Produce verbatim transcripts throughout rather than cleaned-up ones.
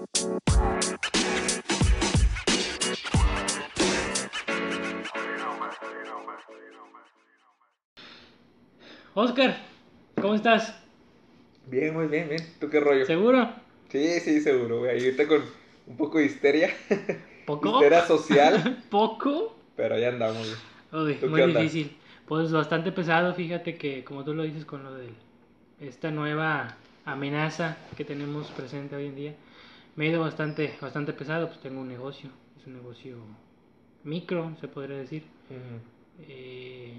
Oscar, ¿cómo estás? Bien, muy bien, bien. ¿Tú qué rollo? ¿Seguro? Sí, sí, seguro, güey. Ahorita con un poco de histeria. ¿Poco? Histeria social. ¿Poco? Pero ahí andamos, güey. Uy, ¿Tú muy qué onda? difícil. Pues bastante pesado, fíjate que como tú lo dices con lo de esta nueva amenaza que tenemos presente hoy en día, me ha ido bastante, bastante pesado, pues tengo un negocio, es un negocio micro, se podría decir. Ujú. Eh,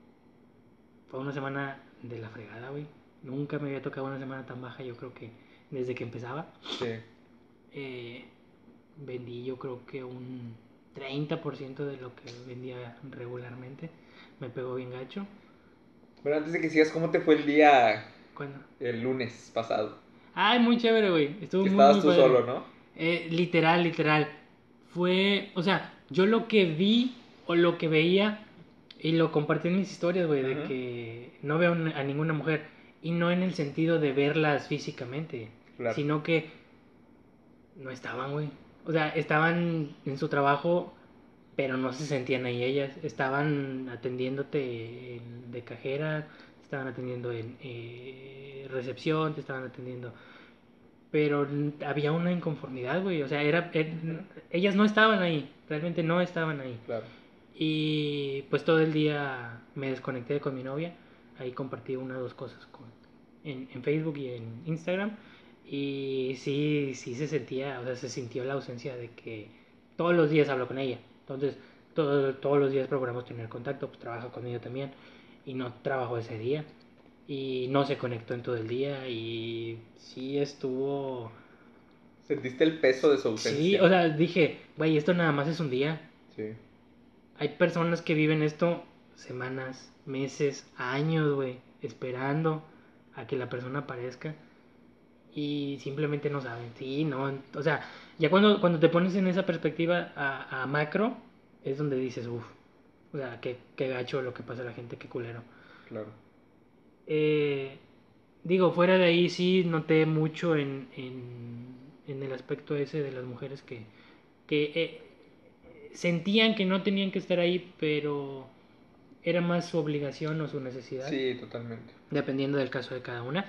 fue una semana de la fregada, güey. Nunca me había tocado una semana tan baja, yo creo que desde que empezaba. Sí. Eh, vendí yo creo que un treinta por ciento de lo que vendía regularmente. Me pegó bien gacho. Bueno, antes de que sigas, ¿cómo te fue el día ¿Cuándo? el lunes pasado? Ay, muy chévere, güey. Estuvo Que muy, estabas muy tú padre. solo, ¿no? Eh, literal, literal. Fue, o sea, yo lo que vi o lo que veía y lo compartí en mis historias, güey, de Ujú. que no veo a ninguna mujer. Y no en el sentido de verlas físicamente, Claro. sino que no estaban, güey. O sea, estaban en su trabajo, pero no se sentían ahí ellas. Estaban atendiéndote en- de cajera, estaban atendiendo en eh, recepción, te estaban atendiendo. Pero n- había una inconformidad, güey. O sea, era, er- Ujú. ellas no estaban ahí, realmente no estaban ahí. Claro. Y pues todo el día me desconecté con mi novia. Ahí compartí una o dos cosas con, en, en Facebook y en Instagram. Y sí, sí se sentía, o sea, se sintió la ausencia de que todos los días hablo con ella. Entonces, todo- todos los días procuramos tener contacto, pues trabaja conmigo también. Y no trabajo ese día. Y no se conectó en todo el día. Y sí estuvo. ¿Sentiste el peso de su Sí, ausencia? o sea, dije, güey, esto nada más es un día. Sí. Hay personas que viven esto semanas, meses, años, güey, esperando a que la persona aparezca y simplemente no saben. Sí, no, o sea, ya cuando, cuando te pones en esa perspectiva a, a macro, es donde dices, uff, o sea, qué, qué gacho lo que pasa a la gente, qué culero. Claro. Eh, digo, fuera de ahí sí noté mucho en, en, en el aspecto ese de las mujeres que, que eh, sentían que no tenían que estar ahí, pero era más su obligación o su necesidad, Sí, totalmente. dependiendo del caso de cada una.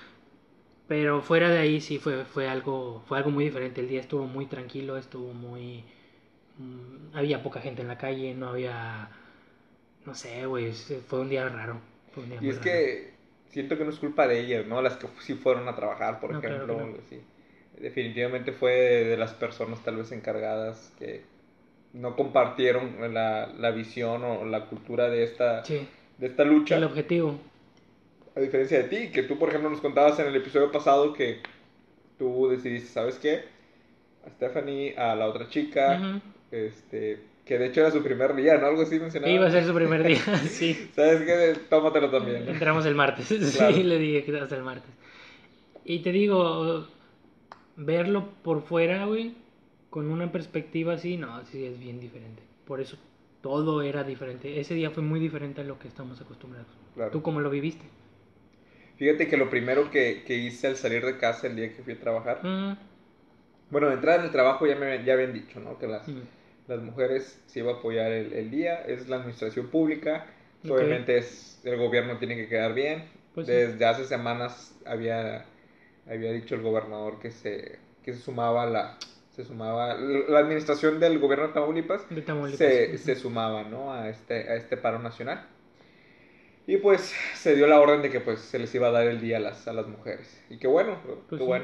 Pero fuera de ahí sí fue, fue, algo, fue algo muy diferente. El día estuvo muy tranquilo, estuvo muy... mmm, había poca gente en la calle, no había... No sé, güey, fue un día raro. Fue un día Y muy es raro. que siento que no es culpa de ellas, ¿no? Las que sí fueron a trabajar, por No, claro que ejemplo, o no. algo así. Definitivamente fue de, de las personas tal vez encargadas que no compartieron la, la visión o la cultura de esta, Sí, de esta el lucha. objetivo. A diferencia de ti, que tú, por ejemplo, nos contabas en el episodio pasado que tú decidiste, ¿sabes qué? A Stephanie, a la otra chica, Ujú. este, que de hecho era su primer día, ¿no? Algo así Iba mencionaban, a ¿no? ser su primer día, sí. ¿Sabes qué? Tómatelo también, ¿no? Entramos el martes, sí, Claro. le dije que hasta el martes. Y te digo, verlo por fuera, güey, con una perspectiva así, no, sí es bien diferente. Por eso todo era diferente. Ese día fue muy diferente a lo que estamos acostumbrados. Claro. ¿Tú cómo lo viviste? Fíjate que lo primero que, que hice al salir de casa el día que fui a trabajar, Mm, bueno, de entrada en el trabajo ya me ya habían dicho, ¿no? Que las, mm, las mujeres se iba a apoyar el, el día, es la administración pública, pues ok, obviamente es, el gobierno tiene que quedar bien. pues sí. Desde hace semanas había, había dicho el gobernador que se, que se sumaba la, se sumaba, la administración del gobierno de Tamaulipas De Tamaulipas. se, Ujú. se sumaba, ¿no? A este, a este paro nacional. Y pues se dio la orden de que pues se les iba a dar el día a las, a las mujeres. Y qué bueno, Pues qué sí. bueno.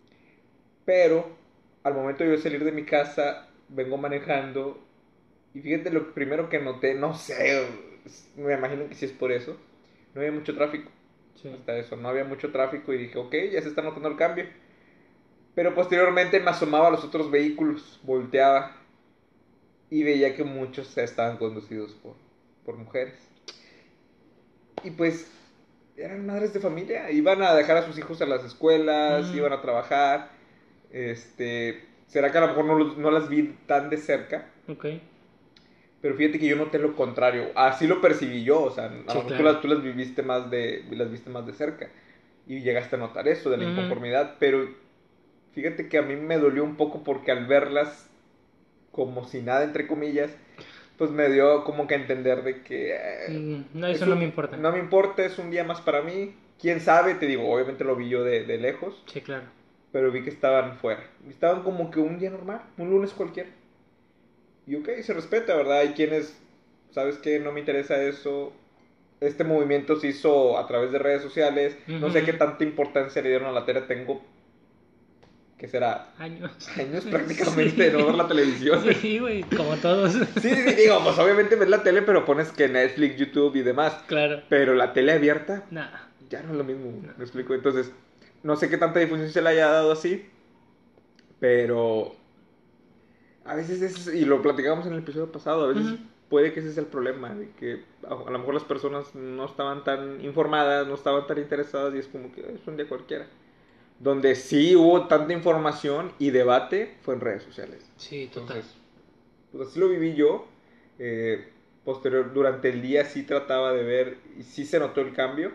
Pero al momento de yo salir de mi casa, vengo manejando y fíjate lo primero que noté, no sé, me imagino que sí es por eso, no había mucho tráfico. Sí. Hasta eso, no había mucho tráfico y dije, ok, ya se está notando el cambio. Pero posteriormente me asomaba a los otros vehículos, volteaba y veía que muchos estaban conducidos por, por mujeres. Y pues eran madres de familia, iban a dejar a sus hijos a las escuelas, Mm, iban a trabajar. Este, será que a lo mejor no, no las vi tan de cerca, ok. pero fíjate que yo noté lo contrario, así lo percibí yo, o sea, a Sí, lo mejor tú claro. las, tú las viviste más de, las viste más de cerca y llegaste a notar eso de la Ujú. inconformidad, pero fíjate que a mí me dolió un poco porque al verlas como si nada, entre comillas, pues me dio como que a entender de que... eh, Mm, no, es eso no un- me importa. no me importa, es un día más para mí. Quién sabe, te digo, obviamente lo vi yo de, de lejos, Sí, claro. pero vi que estaban fuera. Estaban como que un día normal, un lunes cualquiera. Y ok, se respeta, ¿verdad? Hay quienes, ¿sabes qué? No me interesa eso. Este movimiento se hizo a través de redes sociales. No sé qué Ujú. tanta importancia le dieron a la tele. Tengo, ¿qué será? Años. Años prácticamente de no ver la Sí. televisión. Sí, güey, como todos. Sí, sí, sí, digo, pues obviamente ves la tele, pero pones que Netflix, YouTube y demás. Claro. Pero la tele abierta Nah, ya no es lo mismo, no. me explico. Entonces, no sé qué tanta difusión se le haya dado así, pero a veces es, y lo platicamos en el episodio pasado, a veces Ujú. puede que ese es el problema, de que a, a lo mejor las personas no estaban tan informadas, no estaban tan interesadas y es como que es un día cualquiera. Donde sí hubo tanta información y debate fue en redes sociales. Sí, total. Entonces, pues así lo viví yo. Eh, posterior, durante el día sí trataba de ver y sí se notó el cambio.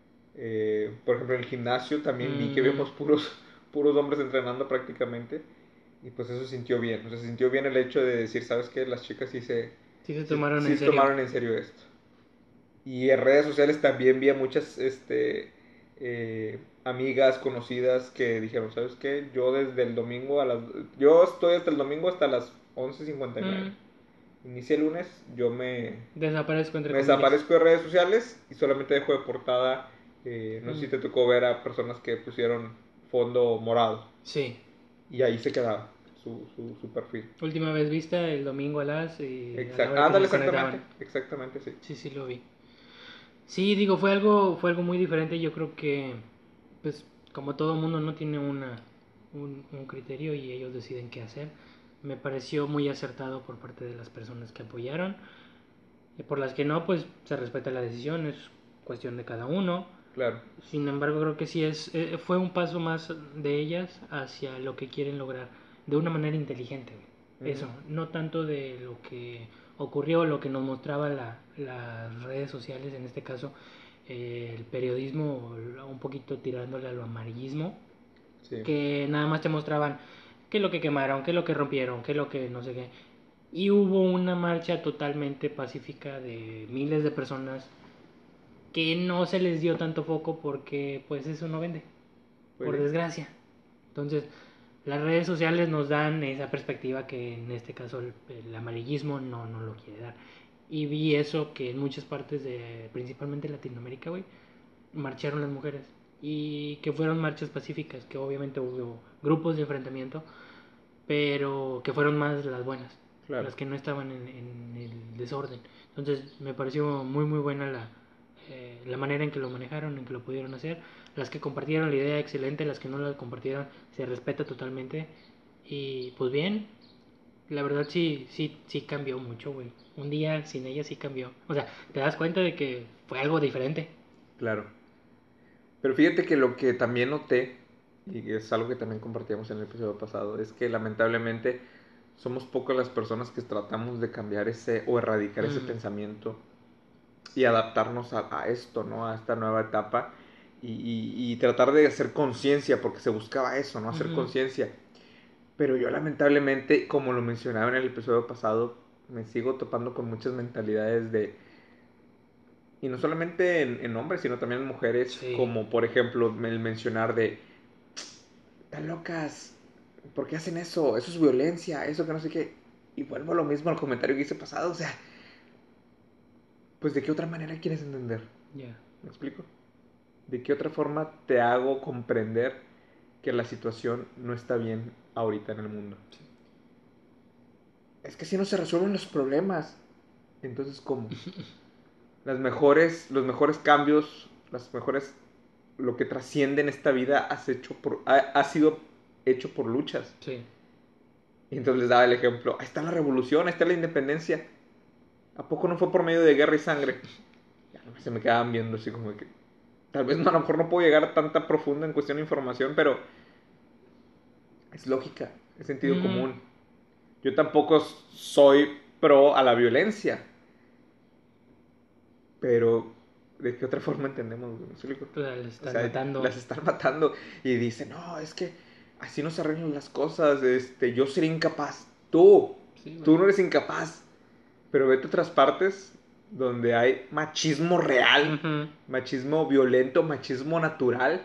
Eh, por ejemplo, en el gimnasio también vi que Mm, vemos puros, puros hombres entrenando prácticamente. Y pues eso se sintió bien. O sea, se sintió bien el hecho de decir, ¿sabes qué? Las chicas sí se, sí se sí, tomaron sí en se serio. tomaron en serio esto. Y en redes sociales también vi a muchas este, eh, amigas conocidas que dijeron, ¿sabes qué? Yo desde el domingo a las... Yo estoy hasta el domingo hasta las once cincuenta y nueve. Mm, Inicia el lunes, yo me, desaparezco entre me comillas. desaparezco de redes sociales y solamente dejo de portada, eh, no sé si Mm, te tocó ver a personas que pusieron fondo morado sí. y ahí se quedaba su, su, su perfil. Última vez vista el domingo a las y a la Exact hora que se Ándale, exactamente, conectaban. exactamente, sí. Sí, sí lo vi. Sí, digo, fue algo, fue algo muy diferente. Yo creo que, pues, como todo mundo no tiene una, un, un criterio y ellos deciden qué hacer. Me pareció muy acertado por parte de las personas que apoyaron. Y por las que no, pues se respeta la decisión, es cuestión de cada uno. Claro. Sin embargo, creo que sí es, eh, fue un paso más de ellas hacia lo que quieren lograr de una manera inteligente. Güey. Eso, Ujú. no tanto de lo que ocurrió, lo que nos mostraba la, las redes sociales, en este caso eh, el periodismo, un poquito tirándole a lo amarillismo, Sí. que nada más te mostraban qué es lo que quemaron, qué es lo que rompieron, qué es lo que no sé qué. Y hubo una marcha totalmente pacífica de miles de personas que no se les dio tanto foco porque pues eso no vende, Pues por sí. desgracia. Entonces, las redes sociales nos dan esa perspectiva que en este caso el, el amarillismo no, no lo quiere dar. Y vi eso que en muchas partes de, principalmente Latinoamérica, güey, marcharon las mujeres. Y que fueron marchas pacíficas, que obviamente hubo grupos de enfrentamiento, pero que fueron más las buenas, Claro. las que no estaban en, en el desorden. Entonces me pareció muy muy buena la, eh, la manera en que lo manejaron, en que lo pudieron hacer. Las que compartieron la idea, excelente. Las que no la compartieron, se respeta totalmente. Y pues bien, la verdad sí, sí, sí cambió mucho, güey. Un día sin ella sí cambió. O sea, te das cuenta de que fue algo diferente. Claro. Pero fíjate que lo que también noté, y es algo que también compartíamos en el episodio pasado, es que lamentablemente somos pocas las personas que tratamos de cambiar ese o erradicar ese Mm, pensamiento y adaptarnos a, a esto, ¿no? A esta nueva etapa y, y, y tratar de hacer conciencia, porque se buscaba eso, ¿no? Hacer ujú, conciencia. Pero yo lamentablemente, como lo mencionaba en el episodio pasado, me sigo topando con muchas mentalidades de... Y no solamente en, en hombres, sino también en mujeres, sí, como por ejemplo el mencionar de... Están locas, ¿por qué hacen eso? Eso es violencia, eso que no sé qué. Y vuelvo a lo mismo al comentario que hice pasado, o sea, pues de qué otra manera quieres entender, ya. Yeah. ¿me explico? ¿De qué otra forma te hago comprender que la situación no está bien ahorita en el mundo? Es que si no se resuelven los problemas. Entonces, ¿cómo? Las mejores, los mejores cambios, las mejores, lo que trasciende en esta vida has hecho por, ha, ha sido hecho por luchas. Sí. Y entonces les daba el ejemplo, ahí está la revolución, ahí está la independencia. ¿A poco no fue por medio de guerra y sangre? Ya se me quedaban viendo así como que, tal vez no, a lo mejor no puedo llegar a tanta profunda en cuestión de información, pero es lógica, es sentido Mm, común. Yo tampoco soy pro a la violencia, pero ¿de qué otra forma entendemos? ¿Me explico? pues, le O están sea, matando. las están matando y dicen, no, es que así no se arreglan las cosas, este, yo sería incapaz. Tú, Sí, güey. tú no eres incapaz. Pero vete a otras partes donde hay machismo real, Ujú. machismo violento, machismo natural.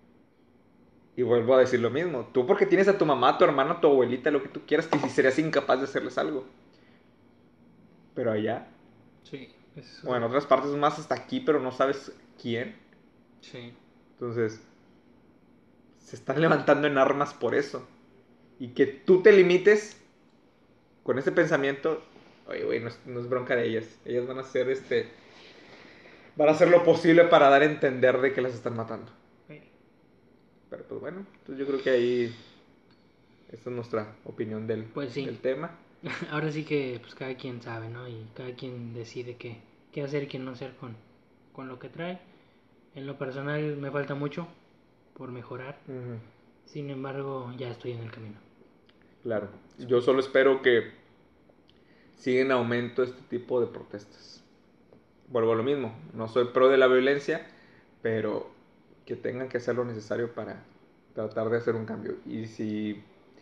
Y vuelvo a decir lo mismo. Tú porque tienes a tu mamá, a tu hermano, a tu abuelita, lo que tú quieras, que si serías incapaz de hacerles algo. Pero allá, Sí, eso. o en otras partes más hasta aquí, pero no sabes quién. Sí. Entonces, se están levantando en armas por eso. Y que tú te limites con ese pensamiento, oye, güey, no, es, no es bronca de ellas. Ellas van a hacer este... Van a hacer lo posible para dar a entender de que las están matando. Sí. Pero pues bueno, entonces yo creo que ahí... Esta es nuestra opinión del, Pues sí. del tema. Ahora sí que pues cada quien sabe, ¿no? Y cada quien decide qué, qué hacer y qué no hacer con, con lo que trae. En lo personal me falta mucho por mejorar. Uh-huh. Sin embargo, ya estoy en el camino. Claro. Yo solo espero que siga en aumento este tipo de protestas. Vuelvo a lo mismo. No soy pro de la violencia, pero que tengan que hacer lo necesario para tratar de hacer un cambio. Y si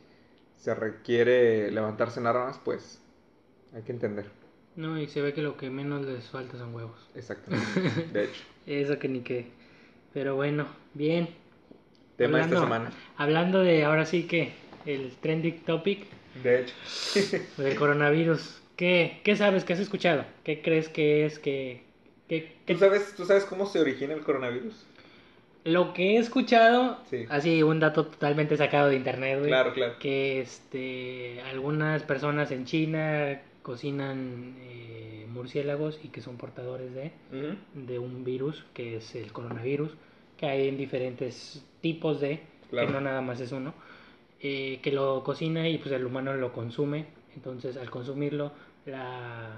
se requiere levantarse en armas, pues hay que entender. No, y se ve que lo que menos les falta son huevos. Exactamente. De hecho. Eso que ni qué. Pero bueno, bien. Tema de esta Hablando, semana. hablando de ahora sí que el trending topic De hecho. del coronavirus. ¿Qué, ¿Qué sabes? ¿Qué has escuchado? ¿Qué crees que es? ¿Qué, qué, qué... ¿Tú sabes, ¿Tú sabes cómo se origina el coronavirus? Lo que he escuchado, Sí. así un dato totalmente sacado de internet, güey, Claro, claro. que este, algunas personas en China cocinan eh, murciélagos y que son portadores de, Uh-huh. de un virus, que es el coronavirus, que hay en diferentes tipos de, Claro. que no nada más es uno, eh, que lo cocina y pues el humano lo consume, entonces al consumirlo la,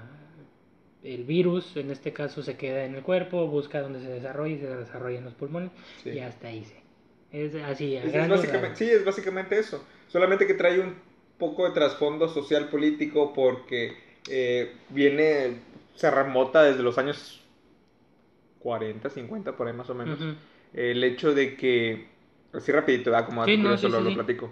el virus en este caso se queda en el cuerpo, busca donde se desarrolla y se desarrolla en los pulmones Sí. y hasta ahí se. Es así, a Es, es grandes básicamente, rasgos. sí, es básicamente eso. Solamente que trae un poco de trasfondo social político porque eh, viene, se remota desde los años cuarenta, cincuenta, por ahí más o menos. Uh-huh. El hecho de que, así rapidito, ¿verdad? Como Sí, dato no, curioso sí, lo, sí, lo sí. platico.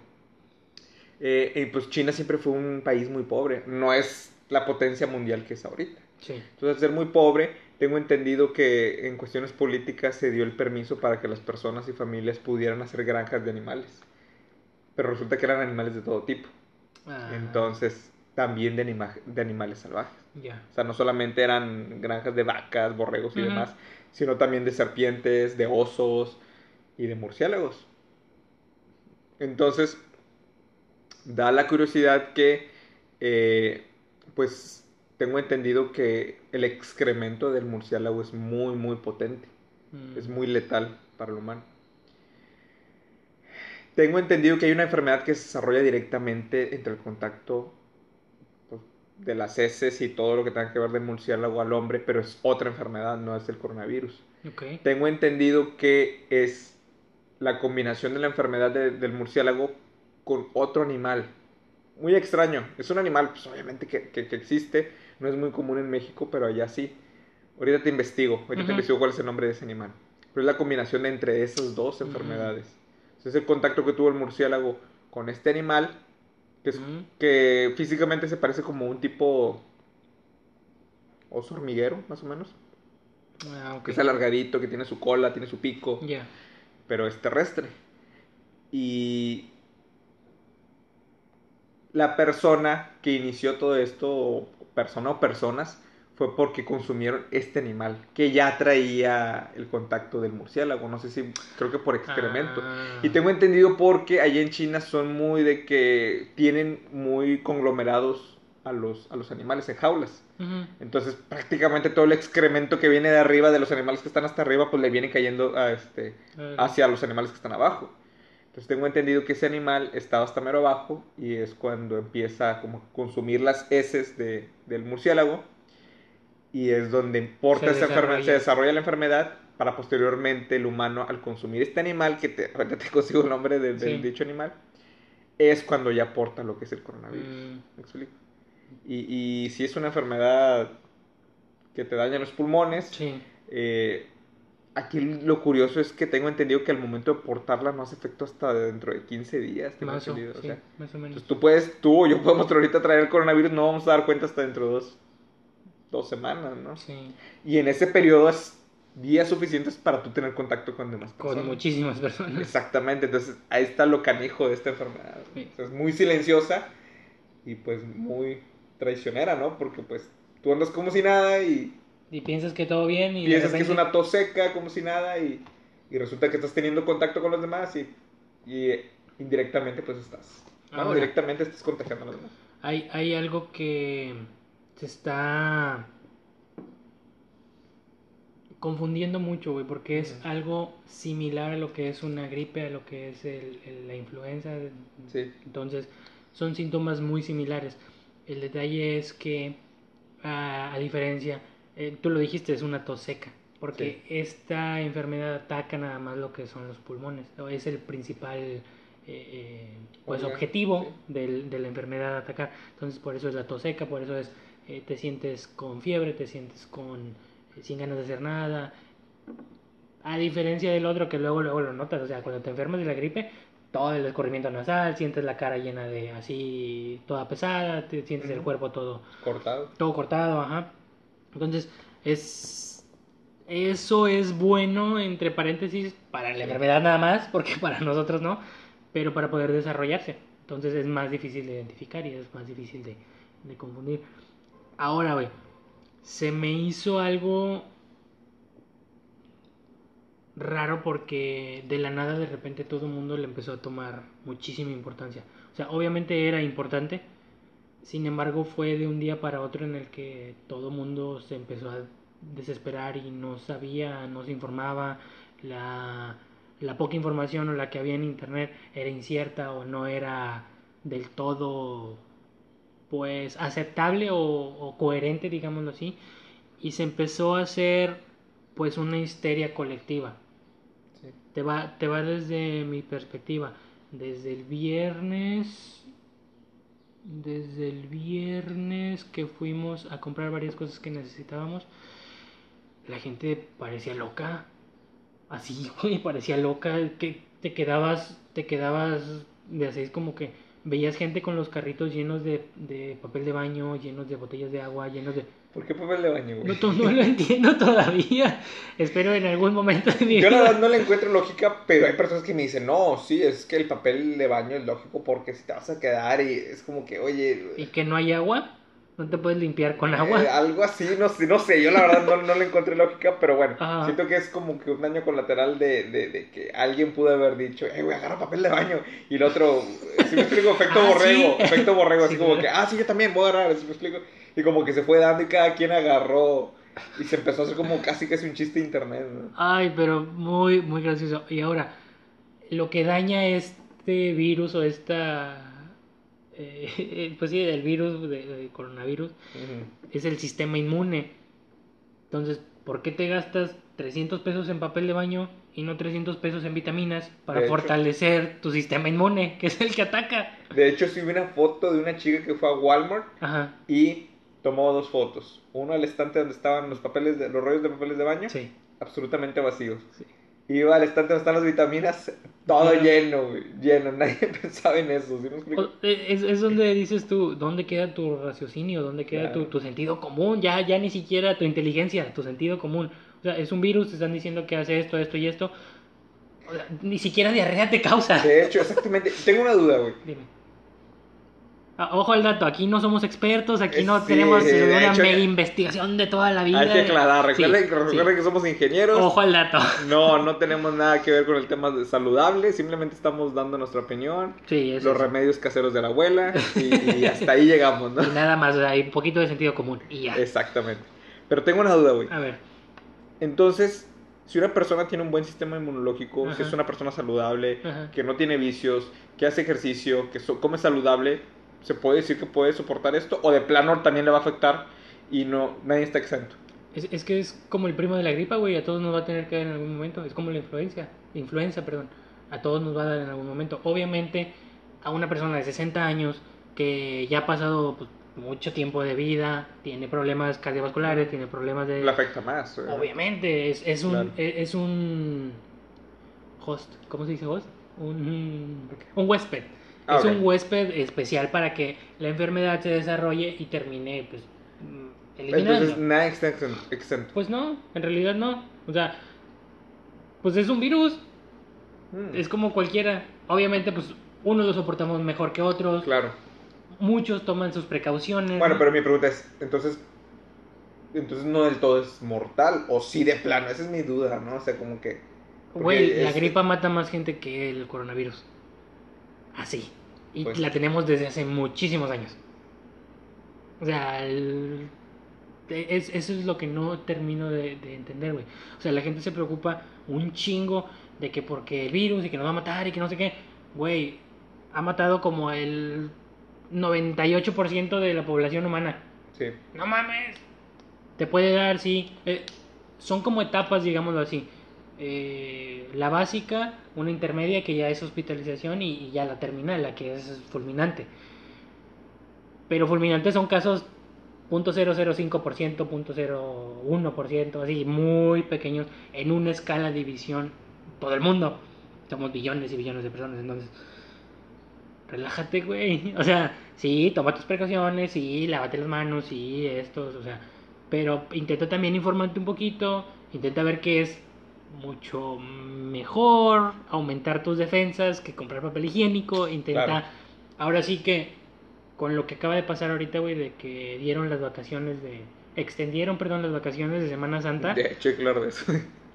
Eh, y pues China siempre fue un país muy pobre. No es la potencia mundial que es ahorita. Sí. Entonces, al ser muy pobre, tengo entendido que en cuestiones políticas se dio el permiso para que las personas y familias pudieran hacer granjas de animales. Pero resulta que eran animales de todo tipo. Ah, Entonces, también de, anima de animales salvajes. ya. O sea, no solamente eran granjas de vacas, borregos y Uh-huh. demás, sino también de serpientes, de osos y de murciélagos. Entonces, da la curiosidad que, eh, pues, tengo entendido que el excremento del murciélago es muy, muy potente. Mm. Es muy letal para el humano. Tengo entendido que hay una enfermedad que se desarrolla directamente entre el contacto pues, de las heces y todo lo que tenga que ver del murciélago al hombre, pero es otra enfermedad, no es el coronavirus. Okay. Tengo entendido que es la combinación de la enfermedad de, del murciélago con otro animal. Muy extraño. Es un animal, pues obviamente que, que, que existe. No es muy común en México, pero allá sí. Ahorita te investigo. Ahorita Uh-huh. te investigo cuál es el nombre de ese animal. Pero es la combinación de entre esas dos enfermedades. Uh-huh. Es el contacto que tuvo el murciélago con este animal. Que, es, uh-huh. que físicamente se parece como un tipo oso hormiguero, más o menos. Ah, okay. Que es alargadito, que tiene su cola, tiene su pico. Ya. Yeah. Pero es terrestre. Y la persona que inició todo esto, persona o personas, fue porque consumieron este animal, que ya traía el contacto del murciélago, no sé si, creo que por excremento. Ah. Y tengo entendido porque allá en China son muy de que tienen muy conglomerados a los, a los animales en jaulas. Uh-huh. Entonces prácticamente todo el excremento que viene de arriba de los animales que están hasta arriba, pues le viene cayendo a este, uh-huh. hacia los animales que están abajo. Entonces tengo entendido que ese animal estaba hasta mero abajo y es cuando empieza como a consumir las heces de, del murciélago y es donde importa esa enfermedad, se desarrolla la enfermedad para posteriormente el humano al consumir este animal, que te, ahorita te consigo el nombre de, del sí. dicho animal, es cuando ya aporta lo que es el coronavirus. Mm. ¿Me explico? Y, y si es una enfermedad que te daña los pulmones, sí. eh, aquí lo curioso es que tengo entendido que al momento de portarla no hace efecto hasta dentro de quince días. Tengo Más o, entendido, o sí, sea, más o menos. entonces tú puedes, tú o yo podemos ahorita traer el coronavirus, no vamos a dar cuenta hasta dentro de dos, dos semanas, ¿no? Sí, Y en ese periodo es días suficientes para tú tener contacto con demás con personas. muchísimas personas. Exactamente, entonces ahí está lo canijo de esta enfermedad. Sí. O sea, es muy silenciosa y pues muy traicionera, ¿no? Porque pues tú andas como si nada y Y piensas que todo bien y de piensas que es repente... una tos seca, como si nada, y, y resulta que estás teniendo contacto con los demás y, y eh, indirectamente pues estás, bueno, Ahora, directamente estás contagiando a los demás. hay, hay algo que se está confundiendo mucho, güey, porque es Ujú. algo similar a lo que es una gripe, a lo que es el, el- la influenza. Sí, Entonces, son síntomas muy similares. El detalle es que, a, a diferencia, eh, tú lo dijiste, es una tos seca, sí. porque esta enfermedad ataca nada más lo que son los pulmones, o es el principal eh, eh, pues Órgano, objetivo sí. del- de la enfermedad atacar. Entonces, por eso es la tos seca, por eso es eh, te sientes con fiebre, te sientes con eh, sin ganas de hacer nada. A diferencia del otro que luego luego lo notas, o sea, cuando te enfermas de la gripe, todo el escurrimiento nasal, sientes la cara llena de así toda pesada, te sientes el Ujú. cuerpo todo Cortado. todo cortado, ajá. Entonces, es eso es bueno entre paréntesis para la Sí. enfermedad nada más, porque para nosotros no, pero para poder desarrollarse. Entonces es más difícil de identificar y es más difícil de, de confundir. Ahora, güey, se me hizo algo raro porque de la nada de repente todo el mundo le empezó a tomar muchísima importancia. O sea, obviamente era importante, sin embargo fue de un día para otro en el que todo el mundo se empezó a desesperar y no sabía, no se informaba, la, la poca información o la que había en internet era incierta o no era del todo pues aceptable o, o coherente, digámoslo así, y se empezó a hacer pues una histeria colectiva. Sí. Te va, te va desde mi perspectiva. Desde el viernes. Desde el viernes que fuimos a comprar varias cosas que necesitábamos. La gente parecía loca. Así, güey, parecía loca. Que te quedabas. Te quedabas de así como que veías gente con los carritos llenos de, de papel de baño, llenos de botellas de agua, llenos de... ¿Por qué papel de baño, güey? No, to- no lo entiendo todavía. Espero en algún momento de mi Yo la verdad vida. no le encuentro lógica, pero hay personas que me dicen, no, sí, es que el papel de baño es lógico porque si te vas a quedar y es como que, oye, Y que no hay agua. No te puedes limpiar con eh, agua. algo así, no sé, no sé, yo la verdad no, no le encontré lógica, pero bueno, Ajá. siento que es como que un daño colateral de, de, de que alguien pudo haber dicho, eh, güey, agarra papel de baño, y el otro, si me explico, efecto Ah, sí. borrego, efecto borrego, así Sí, como claro. que, ah, sí, yo también voy a agarrar, si me explico, y como que se fue dando y cada quien agarró, y se empezó a hacer como casi casi un chiste de internet, ¿no? Ay, pero muy, muy gracioso. Y ahora, lo que daña este virus o esta... eh, pues sí, el virus, de, de coronavirus, Ujú. es el sistema inmune. Entonces, ¿por qué te gastas trescientos pesos en papel de baño y no trescientos pesos en vitaminas para De hecho, fortalecer tu sistema inmune, que es el que ataca? de hecho sí vi una foto de una chica que fue a Walmart Ajá, y tomó dos fotos. Uno al estante donde estaban los papeles de, los rollos de papeles de baño, sí, absolutamente vacíos. sí. Iba al estante donde están las vitaminas, todo Lleno. lleno, güey, lleno. Nadie pensaba en eso, ¿sí me explico? O- eh, Es, es donde dices tú, ¿dónde queda tu raciocinio? ¿Dónde queda tu, Claro. tu sentido común? Ya, ya ni siquiera tu inteligencia, tu sentido común. O sea, es un virus, te están diciendo que hace esto, esto y esto. O sea, ni siquiera diarrea te causa. De hecho, exactamente. Tengo una duda, güey. Dime. Ah, ojo al dato, aquí no somos expertos, aquí Eh, no Sí, tenemos eh, de una hecho, mega investigación de toda la vida. hay que aclarar. Sí, Recuerden, sí. recuerden que somos ingenieros. Ojo al dato. No, no tenemos nada que ver con el tema de saludable. Simplemente estamos dando nuestra opinión. Sí, es Los eso. remedios caseros de la abuela. Y, y hasta ahí llegamos, ¿no? Y nada más, o sea, hay un poquito de sentido común. Y ya. Exactamente. Pero tengo una duda, güey. A ver. Entonces, si una persona tiene un buen sistema inmunológico, si Ajá. es una persona saludable, Ajá. que no tiene vicios, que hace ejercicio, que so- come saludable, ¿se puede decir que puede soportar esto? ¿O de plano también le va a afectar y no nadie está exento? Es, es que es como el primo de la gripa, güey. A todos nos va a tener que dar en algún momento. Es como la influencia. Influenza, perdón. A todos nos va a dar en algún momento. Obviamente, a una persona de sesenta años que ya ha pasado pues, mucho tiempo de vida, tiene problemas cardiovasculares, tiene problemas de... Le afecta más. ¿Eh? Obviamente, es, es un... Claro. Es, es un... host, ¿cómo se dice host? Un, un huésped. Ah, es ok. un huésped especial para que la enfermedad se desarrolle y termine, pues, eliminando. Entonces, nada exento. exento. Pues no, en realidad no. O sea, pues es un virus. Mm, Es como cualquiera. Obviamente, pues, unos lo soportamos mejor que otros. claro. Muchos toman sus precauciones. Bueno, ¿no? pero mi pregunta es, entonces, entonces no del todo es mortal, o sí de plano, esa es mi duda, ¿no? O sea, como que... Güey, la es- gripa mata más gente que el coronavirus. Así. Y Pues, la tenemos desde hace muchísimos años. O sea, el- es, eso es lo que no termino de, de entender, güey. O sea, la gente se preocupa un chingo de que porque el virus y que nos va a matar y que no sé qué. Güey, ha matado como el noventa y ocho por ciento de la población humana. sí. No mames. Te puede dar, sí. Eh, son como etapas, digámoslo así. Eh, la básica, una intermedia que ya es hospitalización y, y ya la terminal, la que es fulminante. Pero fulminantes son casos cero punto cero cero cinco por ciento, cero punto cero uno por ciento, así muy pequeños en una escala de división todo el mundo. Somos billones y billones de personas, entonces relájate, güey. O sea, sí, toma tus precauciones, sí, lávate las manos, sí, estos, o sea, pero intenta también informarte un poquito, intenta ver qué es mucho mejor, aumentar tus defensas que comprar papel higiénico, intenta, Claro. ahora sí que con lo que acaba de pasar ahorita, güey, de que dieron las vacaciones de, extendieron, perdón, las vacaciones de Semana Santa. De hecho, hay que hablar de eso.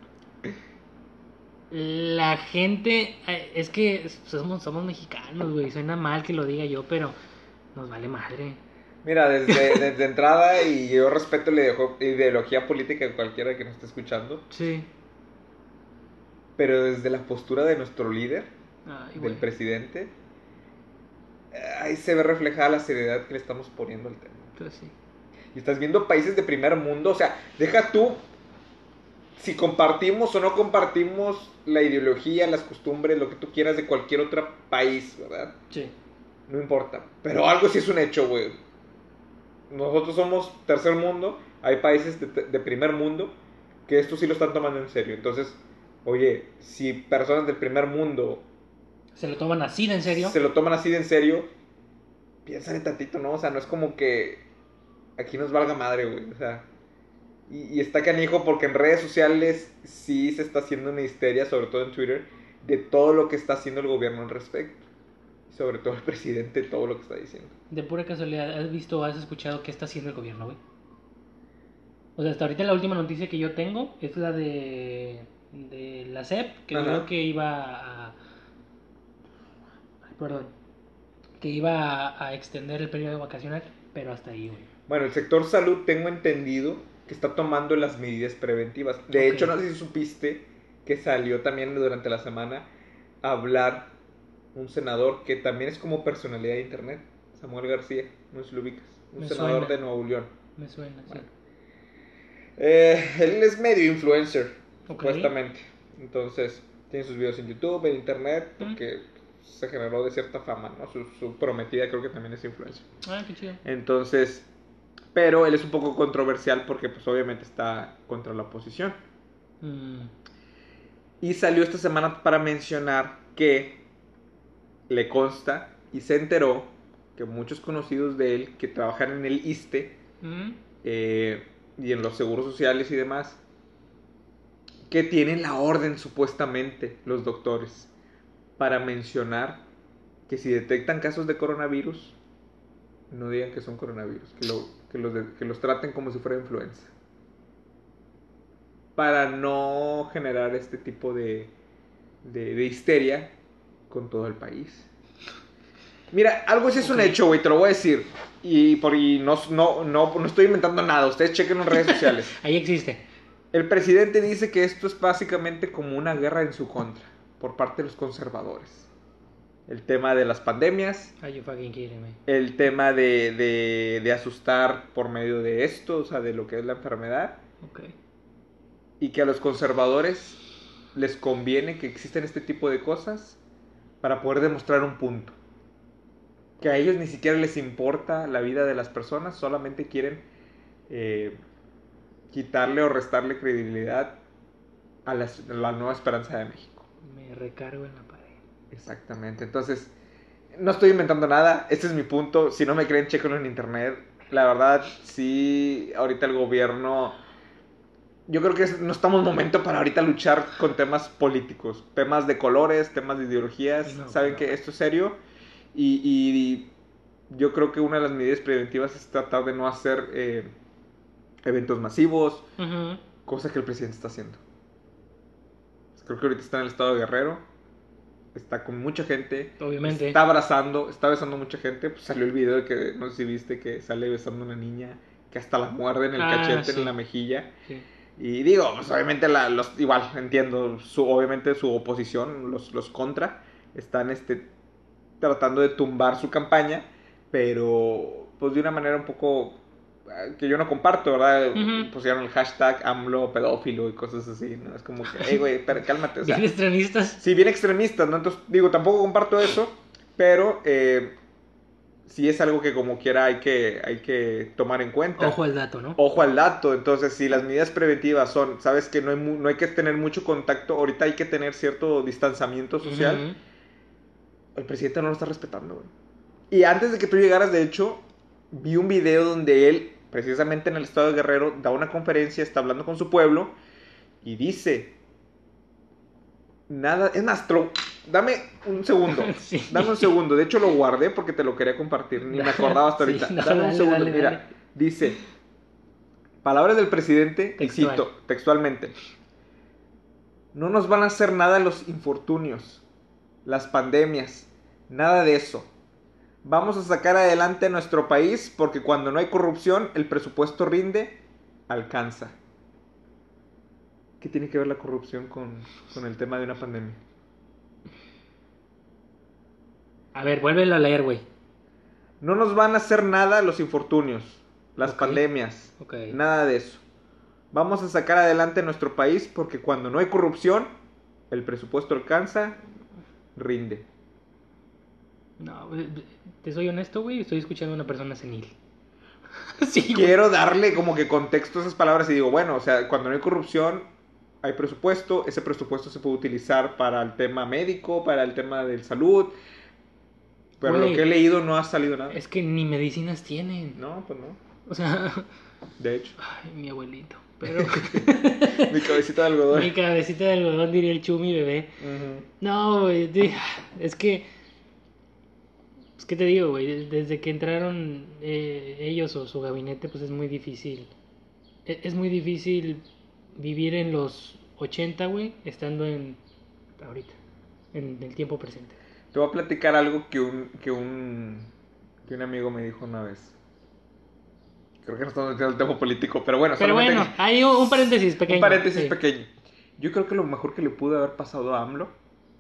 La gente, eh, es que somos, somos mexicanos, güey, suena mal que lo diga yo, pero nos vale madre. Mira, desde, desde entrada, y yo respeto la ideo- ideología política de cualquiera que nos esté escuchando, Sí. pero desde la postura de nuestro líder, Ay, del güey. presidente, eh, ahí se ve reflejada la seriedad que le estamos poniendo al tema. Pues sí. Y estás viendo países de primer mundo, o sea, deja tú si compartimos o no compartimos la ideología, las costumbres, lo que tú quieras de cualquier otro país, ¿verdad? Sí. No importa. Pero algo sí es un hecho, güey. Nosotros somos tercer mundo, hay países de, de primer mundo que esto sí lo están tomando en serio. Entonces, oye, si personas del primer mundo ¿Se lo toman así de en serio? se lo toman así de en serio, piénsale tantito, ¿no? O sea, no es como que aquí nos valga madre, güey. O sea, y, y está canijo porque en redes sociales sí se está haciendo una histeria, sobre todo en Twitter, de todo lo que está haciendo el gobierno al respecto. Sobre todo el presidente, todo lo que está diciendo. De pura casualidad, ¿has visto o has escuchado qué está haciendo el gobierno, güey? O sea, hasta ahorita la última noticia que yo tengo es la de, de la S E P, que Ajá. creo que iba a... Ay, perdón. Que iba a, a extender el periodo vacacional, pero hasta ahí, güey. Bueno, el sector salud tengo entendido que está tomando las medidas preventivas. De Ok. hecho, no sé si supiste que salió también durante la semana a hablar un senador que también es como personalidad de internet, Samuel García, no sé si lo ubicas, un Me senador suena. de Nuevo León. Me suena, Bueno. sí. Eh, él es medio influencer, Ok. supuestamente. Entonces, tiene sus videos en YouTube, en internet, Mm. porque se generó de cierta fama, ¿no? Su, su prometida creo que también es influencer. Ah, qué chido. Entonces, pero él es un poco controversial porque pues obviamente está contra la oposición. Mm. Y salió esta semana para mencionar que le consta y se enteró que muchos conocidos de él que trabajan en el ISSSTE Mm. eh, y en los seguros sociales y demás, que tienen la orden supuestamente los doctores para mencionar que si detectan casos de coronavirus, no digan que son coronavirus, que, lo, que, los, de, que los traten como si fuera influenza. Para no generar este tipo de, de, de histeria con todo el país. Mira, algo sí es un Ok. hecho, güey, te lo voy a decir. Y, por, y no, no, no, no estoy inventando nada, ustedes chequen en redes sociales. Ahí existe. El presidente dice que esto es básicamente como una guerra en su contra, por parte de los conservadores. El tema de las pandemias, Are you fucking kidding me? el tema de, de, de asustar por medio de esto, o sea, de lo que es la enfermedad, Ok. y que a los conservadores les conviene que existen este tipo de cosas para poder demostrar un punto. que a ellos ni siquiera les importa la vida de las personas, solamente quieren eh, quitarle o restarle credibilidad a la, a la Nueva Esperanza de México. Me recargo en la pared. Exactamente, entonces no estoy inventando nada, este es mi punto, si no me creen, chéquenlo en internet. La verdad, sí, ahorita el gobierno, yo creo que es, no estamos en momento para ahorita luchar con temas políticos, temas de colores, temas de ideologías, No, saben no. que esto es serio y, y yo creo que una de las medidas preventivas es tratar de no hacer eh, eventos masivos, Uh-huh. cosa que el presidente está haciendo. Creo que ahorita está en el estado de Guerrero, está con mucha gente, Obviamente. está abrazando, está besando a mucha gente. Pues salió el video de que, no sé si viste, que sale besando a una niña que hasta la muerde en el Ah, cachete, sí. en la mejilla. Sí. Y digo, pues obviamente, la, los, igual, entiendo, su, obviamente su oposición, los, los contra, están este, tratando de tumbar su campaña, pero pues de una manera un poco eh, que yo no comparto, ¿verdad? Ujú. Pusieron el hashtag AMLO pedófilo y cosas así, ¿no? Es como que, hey, güey, pero cálmate, o sea. Bien extremistas. Sí, bien extremistas, ¿no? Entonces, digo, tampoco comparto eso, pero eh, sí es algo que como quiera hay que, hay que tomar en cuenta. Ojo al dato, ¿no? Ojo al dato. Entonces, si las medidas preventivas son, sabes que no hay, mu- no hay que tener mucho contacto, ahorita hay que tener cierto distanciamiento social, Ujú. el presidente no lo está respetando, güey. Y antes de que tú llegaras, de hecho, vi un video donde él, precisamente en el estado de Guerrero, da una conferencia, está hablando con su pueblo y dice... Nada, es más, tro- dame un segundo, Sí. dame un segundo, de hecho lo guardé porque te lo quería compartir, ni me acordaba hasta Sí, ahorita, no, dame un dale, segundo, dale, mira, dale. dice, palabras del presidente, y Textual. cito textualmente, no nos van a hacer nada los infortunios, las pandemias, nada de eso, vamos a sacar adelante a nuestro país porque cuando no hay corrupción, el presupuesto rinde, alcanza. ¿Qué tiene que ver la corrupción con, con el tema de una pandemia? A ver, vuélvelo a leer, güey. No nos van a hacer nada los infortunios, las Ok. pandemias, Ok. nada de eso. Vamos a sacar adelante nuestro país porque cuando no hay corrupción, el presupuesto alcanza, rinde. No, eh, te soy honesto, güey. Estoy escuchando a una persona senil. Sí, güey. Quiero darle como que contexto a esas palabras y digo, bueno, o sea, cuando no hay corrupción, hay presupuesto, ese presupuesto se puede utilizar para el tema médico, para el tema de salud, pero Güey, lo que he leído no ha salido nada. Es que ni medicinas tienen. No, pues no, O sea, de hecho. ay, mi abuelito. Pero Mi cabecita de algodón. mi cabecita de algodón, diría el Chumi, bebé. Ujú. No, güey. di- Es que. Es que te digo, güey. Desde que entraron eh, ellos o su gabinete, pues es muy difícil. e- Es muy difícil vivir en los ochenta, güey, estando en. Ahorita. En el tiempo presente. Te voy a platicar algo que un, que un, que un amigo me dijo una vez. Creo que no estamos metiendo el tema político, pero bueno, Pero solamente bueno, hay un, un paréntesis pequeño. un paréntesis sí. pequeño. Yo creo que lo mejor que le pudo haber pasado a AMLO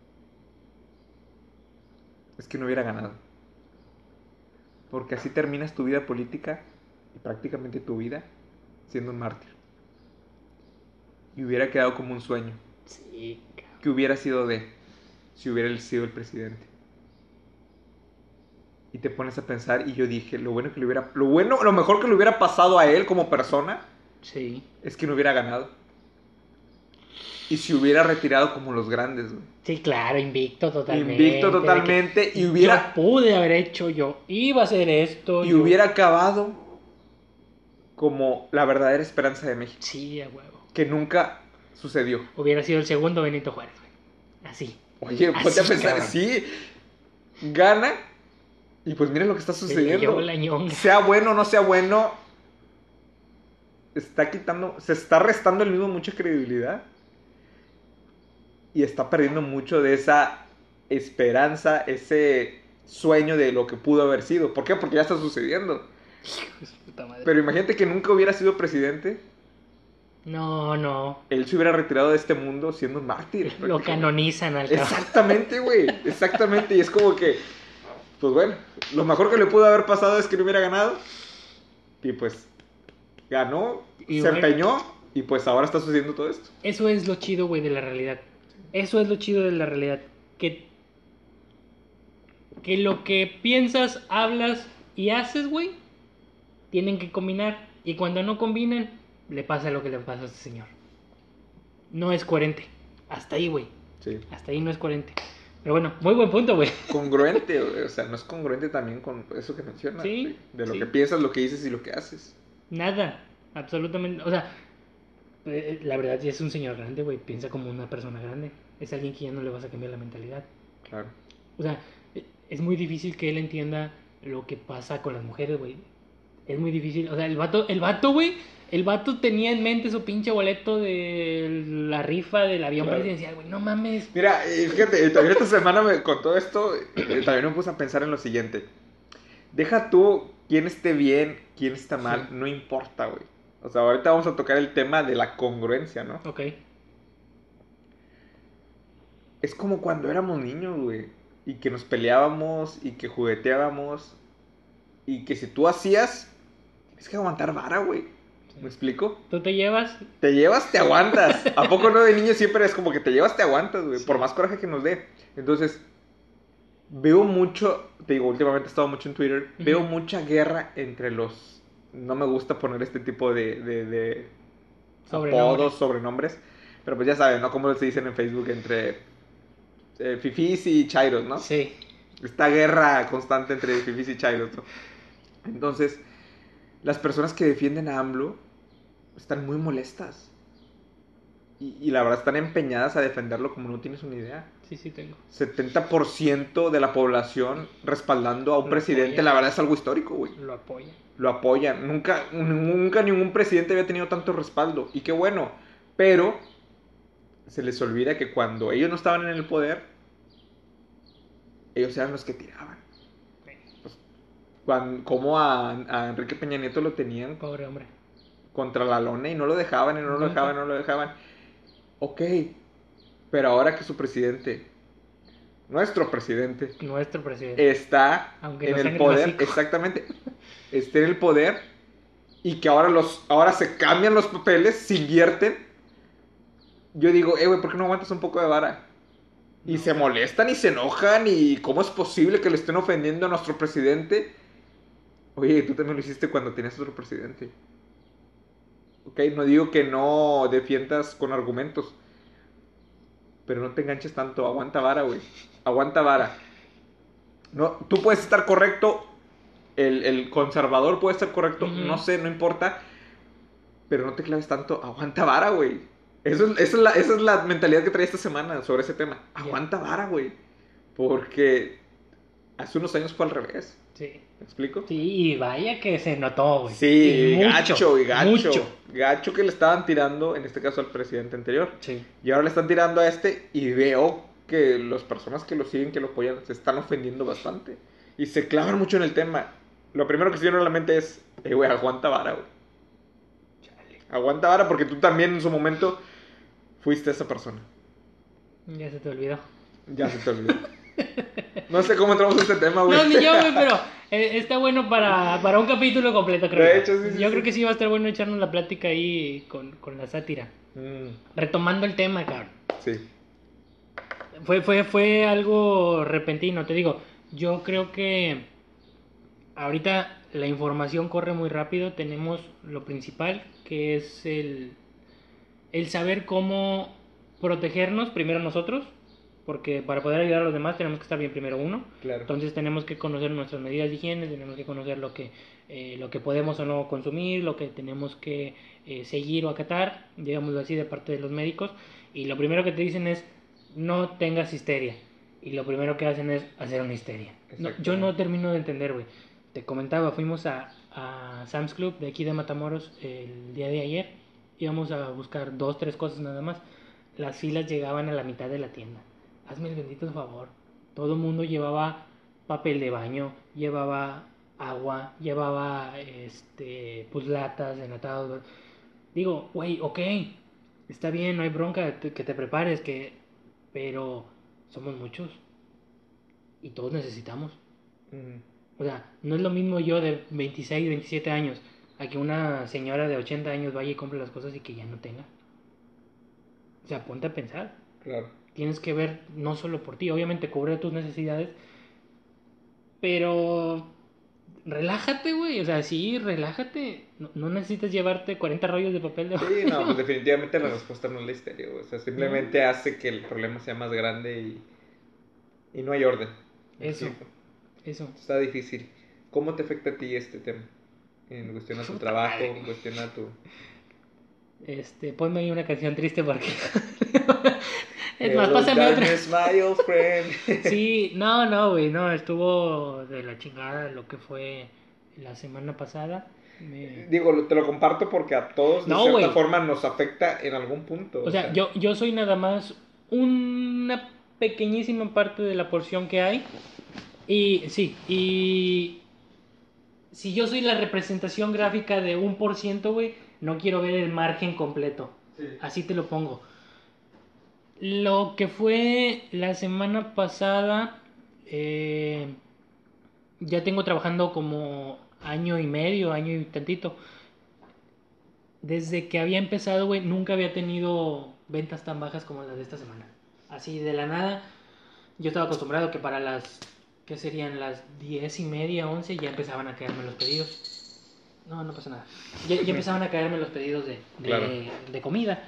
es que no hubiera ganado. Porque así terminas tu vida política y prácticamente tu vida siendo un mártir. Y hubiera quedado como un sueño. Sí, cabrón. ¿Qué hubiera sido de si hubiera él sido el presidente? Y te pones a pensar y yo dije, lo bueno que le hubiera, lo bueno, lo mejor que le hubiera pasado a él como persona Sí. es que no hubiera ganado. Y se hubiera retirado como los grandes, güey. Sí, claro, invicto totalmente. Invicto de totalmente que y hubiera Yo pude haber hecho, yo iba a hacer esto. y yo- hubiera acabado como la verdadera esperanza de México, Sí, a huevo. que nunca sucedió. Hubiera sido el segundo Benito Juárez, güey. Así. Oye, ponte a Así, pensar, cabrón. sí, gana y pues mira lo que está Se le sucediendo. llevó la ñonga. Sea bueno o no sea bueno, está quitando, se está restando el mismo mucha credibilidad y está perdiendo mucho de esa esperanza, ese sueño de lo que pudo haber sido. ¿Por qué? Porque ya está sucediendo. Hijo de su puta madre. Pero imagínate que nunca hubiera sido presidente, No, no. él se hubiera retirado de este mundo siendo un mártir. Lo prácticamente. canonizan al cabrón. Exactamente, güey, exactamente. Y es como que, pues bueno, lo mejor que le pudo haber pasado es que no hubiera ganado. Y pues, ganó, Y se bueno. empeñó y pues ahora está sucediendo todo esto. Eso es lo chido, güey, de la realidad. Eso es lo chido de la realidad. Que que lo que piensas, hablas y haces, güey, tienen que combinar. Y cuando no combinan, le pasa lo que le pasa a este señor. No es coherente. Hasta ahí, güey. Sí. Hasta ahí no es coherente. Pero bueno, muy buen punto, güey. Congruente, güey, o sea, no es congruente también con eso que mencionas, Sí, güey, de lo sí. que piensas, lo que dices y lo que haces. Nada, absolutamente. O sea, eh, la verdad ya es un señor grande, güey. Piensa como una persona grande. Es alguien que ya no le vas a cambiar la mentalidad. Claro. O sea, eh, es muy difícil que él entienda lo que pasa con las mujeres, güey. Es muy difícil. O sea, el vato, el vato, güey, el vato tenía en mente su pinche boleto de la rifa del avión Claro. presidencial, güey. No mames. Mira, eh, fíjate, eh, también esta semana me, con todo esto, eh, también me puse a pensar en lo siguiente. Deja tú quién esté bien, quién está mal, Sí. no importa, güey. O sea, ahorita vamos a tocar el tema de la congruencia, ¿no? Ok. Es como cuando éramos niños, güey. Y que nos peleábamos y que jugueteábamos. Y que si tú hacías, tienes que aguantar vara, güey. Sí. ¿Me explico? Tú te llevas. Te llevas, te aguantas. ¿A poco no de niño siempre es como que te llevas, te aguantas, güey? Sí. Por más coraje que nos dé. Entonces, veo mucho, te digo, últimamente he estado mucho en Twitter, Ujú. veo mucha guerra entre los... No me gusta poner este tipo de, de, de Sobrenombre. apodos, sobrenombres. Pero pues ya saben, ¿no? Como se dicen en Facebook entre eh, fifís y chairos, ¿no? Sí. Esta guerra constante entre fifís y chairos, ¿no? Entonces, las personas que defienden a AMLO están muy molestas. Y, y la verdad están empeñadas a defenderlo como no tienes una idea. Sí, sí tengo. setenta por ciento de la población respaldando a un Lo presidente, apoya. la verdad es algo histórico, güey. Lo apoya. Lo apoyan. Nunca, nunca ningún presidente había tenido tanto respaldo. Y qué bueno. Pero se les olvida que cuando ellos no estaban en el poder, ellos eran los que tiraban. Pues, cuando, como a, a Enrique Peña Nieto lo tenían Pobre hombre. contra la lona y no lo dejaban y no lo Nunca. dejaban, no lo dejaban. Ok, pero ahora que su presidente, nuestro presidente, Nuestro presidente. está Aunque en nos el sangre el poder, hocico. exactamente, está en el poder y que ahora los ahora se cambian los papeles, se invierten. Yo digo, eh, güey, ¿por qué no aguantas un poco de vara? Y No. se molestan y se enojan y ¿cómo es posible que le estén ofendiendo a nuestro presidente? Oye, tú también lo hiciste cuando tenías otro presidente. Ok, no digo que no defiendas con argumentos, pero no te enganches tanto, aguanta vara, güey. Aguanta vara. No, tú puedes estar correcto, el, el conservador puede estar correcto, Ujú. no sé, no importa, pero no te claves tanto, aguanta vara, güey. Eso es, esa, es la, esa es la mentalidad que traía esta semana sobre ese tema. Ya. Aguanta vara, güey. Porque hace unos años fue al revés. Sí. ¿Me explico? Sí, y vaya que se notó, güey. Sí, Y mucho, gacho, y gacho. mucho. Gacho que le estaban tirando, en este caso al presidente anterior. Sí. Y ahora le están tirando a este y veo que las personas que lo siguen, que lo apoyan, se están ofendiendo bastante. Y se clavan mucho en el tema. Lo primero que se viene a la mente es, eh, güey, aguanta vara, güey. Chale. Aguanta vara porque tú también en su momento fuiste esa persona. Ya se te olvidó. Ya se te olvidó. No sé cómo entramos a este tema, güey. No, ni yo, güey, pero eh, está bueno para, para un capítulo completo, creo. De yo. hecho, sí, sí, Yo sí. creo que sí va a estar bueno echarnos la plática ahí con, con la sátira. Mm, Retomando el tema, cabrón. sí. Fue, fue, fue algo repentino, te digo. Yo creo que ahorita la información corre muy rápido. Tenemos lo principal, que es el, el saber cómo protegernos primero nosotros. Porque para poder ayudar a los demás tenemos que estar bien primero uno. Claro. Entonces tenemos que conocer nuestras medidas de higiene, tenemos que conocer lo que, eh, lo que podemos o no consumir, lo que tenemos que eh, seguir o acatar, digámoslo así, de parte de los médicos. Y lo primero que te dicen es, no tengas histeria. Y lo primero que hacen es hacer una histeria. No, yo no termino de entender, güey. Te comentaba, fuimos a, a Sam's Club de aquí de Matamoros el día de ayer. Íbamos a buscar dos, tres cosas nada más. Las filas llegaban a la mitad de la tienda. Hazme el bendito favor. Todo el mundo llevaba papel de baño, llevaba agua, llevaba este pues latas, enlatados. Digo, güey, ok, está bien, no hay bronca, que te prepares, que pero somos muchos y todos necesitamos. Mm. O sea, no es lo mismo yo de veintiséis, veintisiete años a que una señora de ochenta años vaya y compre las cosas y que ya no tenga. O sea, ponte a pensar. Claro. Tienes que ver no solo por ti, obviamente cubrir tus necesidades, Pero relájate, güey. O sea, sí, relájate. No, no necesitas llevarte cuarenta rollos de papel de Sí, baño. no, pues definitivamente la respuesta no es la histeria, güey. O sea, simplemente No. hace que el problema sea más grande y, y no hay orden. Me Eso, explico. eso. Está difícil. ¿Cómo te afecta a ti este tema? En cuestión a tu Puta trabajo, madre. en cuestión a tu... Este, ponme ahí una canción triste porque... Es más, Hello, pásame otra. darkness, my old friend. Sí, no, no, güey, no, estuvo de la chingada lo que fue la semana pasada. Me... Digo, lo- te lo comparto porque a todos de No, cierta güey. forma nos afecta en algún punto. O O sea, sea, yo, yo soy nada más una pequeñísima parte de la porción que hay. Y sí, y si yo soy la representación gráfica de un por ciento, güey, no quiero ver el margen completo. sí. Así te lo pongo. Lo que fue la semana pasada, eh, ya tengo trabajando como año y medio, año y tantito. Desde que había empezado, güey, nunca había tenido ventas tan bajas como las de esta semana. Así de la nada, yo estaba acostumbrado que para las, ¿qué serían? Las diez y media, once, ya empezaban a caerme los pedidos. No, no pasa nada. Ya, ya empezaban a caerme los pedidos de, de, Claro. de comida.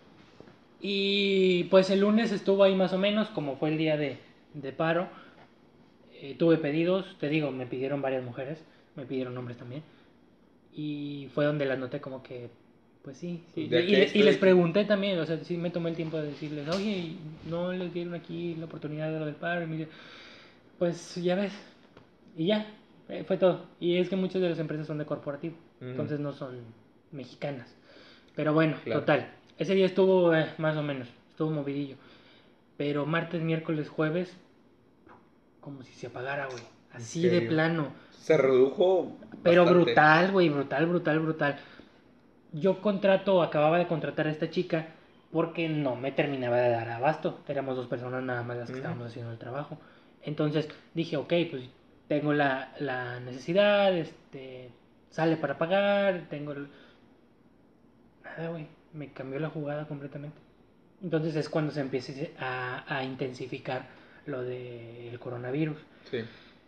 Y pues el lunes estuvo ahí más o menos, como fue el día de, de paro. Eh, tuve pedidos, te digo, me pidieron varias mujeres, me pidieron hombres también. Y fue donde las noté como que, pues sí, sí. Pues Y, de aquí y a le- y estoy les aquí. pregunté también, o sea, sí me tomé el tiempo de decirles, oye, ¿no les dieron aquí la oportunidad de lo del paro? Y me dice, pues ya ves. Y ya, eh, fue todo. Y es que muchas de las empresas son de corporativo, Ujú. entonces no son mexicanas. Pero bueno, Claro. total. Ese día estuvo eh, más o menos, estuvo movidillo. Pero martes, miércoles, jueves, como si se apagara, güey. Así En de serio. plano. Se redujo Pero bastante. brutal, güey, brutal, brutal, brutal. Yo contrato, acababa de contratar a esta chica porque no me terminaba de dar abasto. Éramos dos personas nada más las que Ujú. estábamos haciendo el trabajo. Entonces dije, ok, pues tengo la, la necesidad, este, sale para pagar, tengo... el- Nada, güey, me cambió la jugada completamente. Entonces es cuando se empieza a, a intensificar lo del coronavirus. Sí.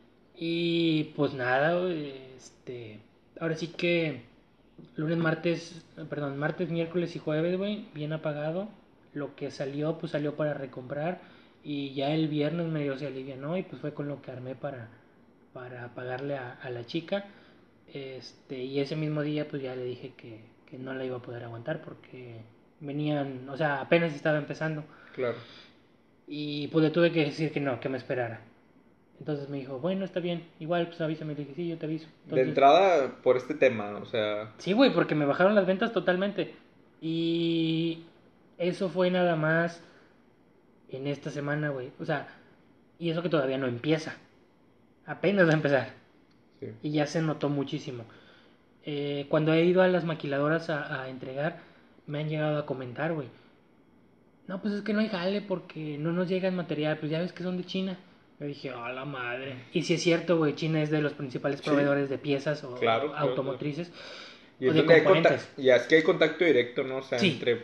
Y pues nada, güey, este, ahora sí que lunes, martes, perdón, martes, miércoles y jueves, güey, bien apagado. Lo que salió, pues salió para recomprar. Y ya el viernes medio se alivianó y pues fue con lo que armé para, para pagarle a, a la chica. Este, y ese mismo día pues ya le dije que, que no la iba a poder aguantar porque venían, o sea, apenas estaba empezando. Claro. Y pues le tuve que decir que no, que me esperara. Entonces me dijo, bueno, está bien, igual pues avísame. Le dije, sí, yo te aviso. De Entonces, entrada, por este tema, o sea, sí, güey, porque me bajaron las ventas totalmente. Y eso fue nada más en esta semana, güey. O sea, y eso que todavía no empieza. Apenas va a empezar. sí. Y ya se notó muchísimo. Eh, cuando he ido a las maquiladoras a, a entregar, me han llegado a comentar, güey. No, pues es que no hay jale porque no nos llega el material. Pues ya ves que son de China. Yo dije, oh, la madre. Y si es cierto, güey, China es de los principales Sí. proveedores de piezas o Claro, claro, automotrices Y o es de donde hay componentes. contacto, y es que hay contacto directo, ¿no? O sea, Sí, entre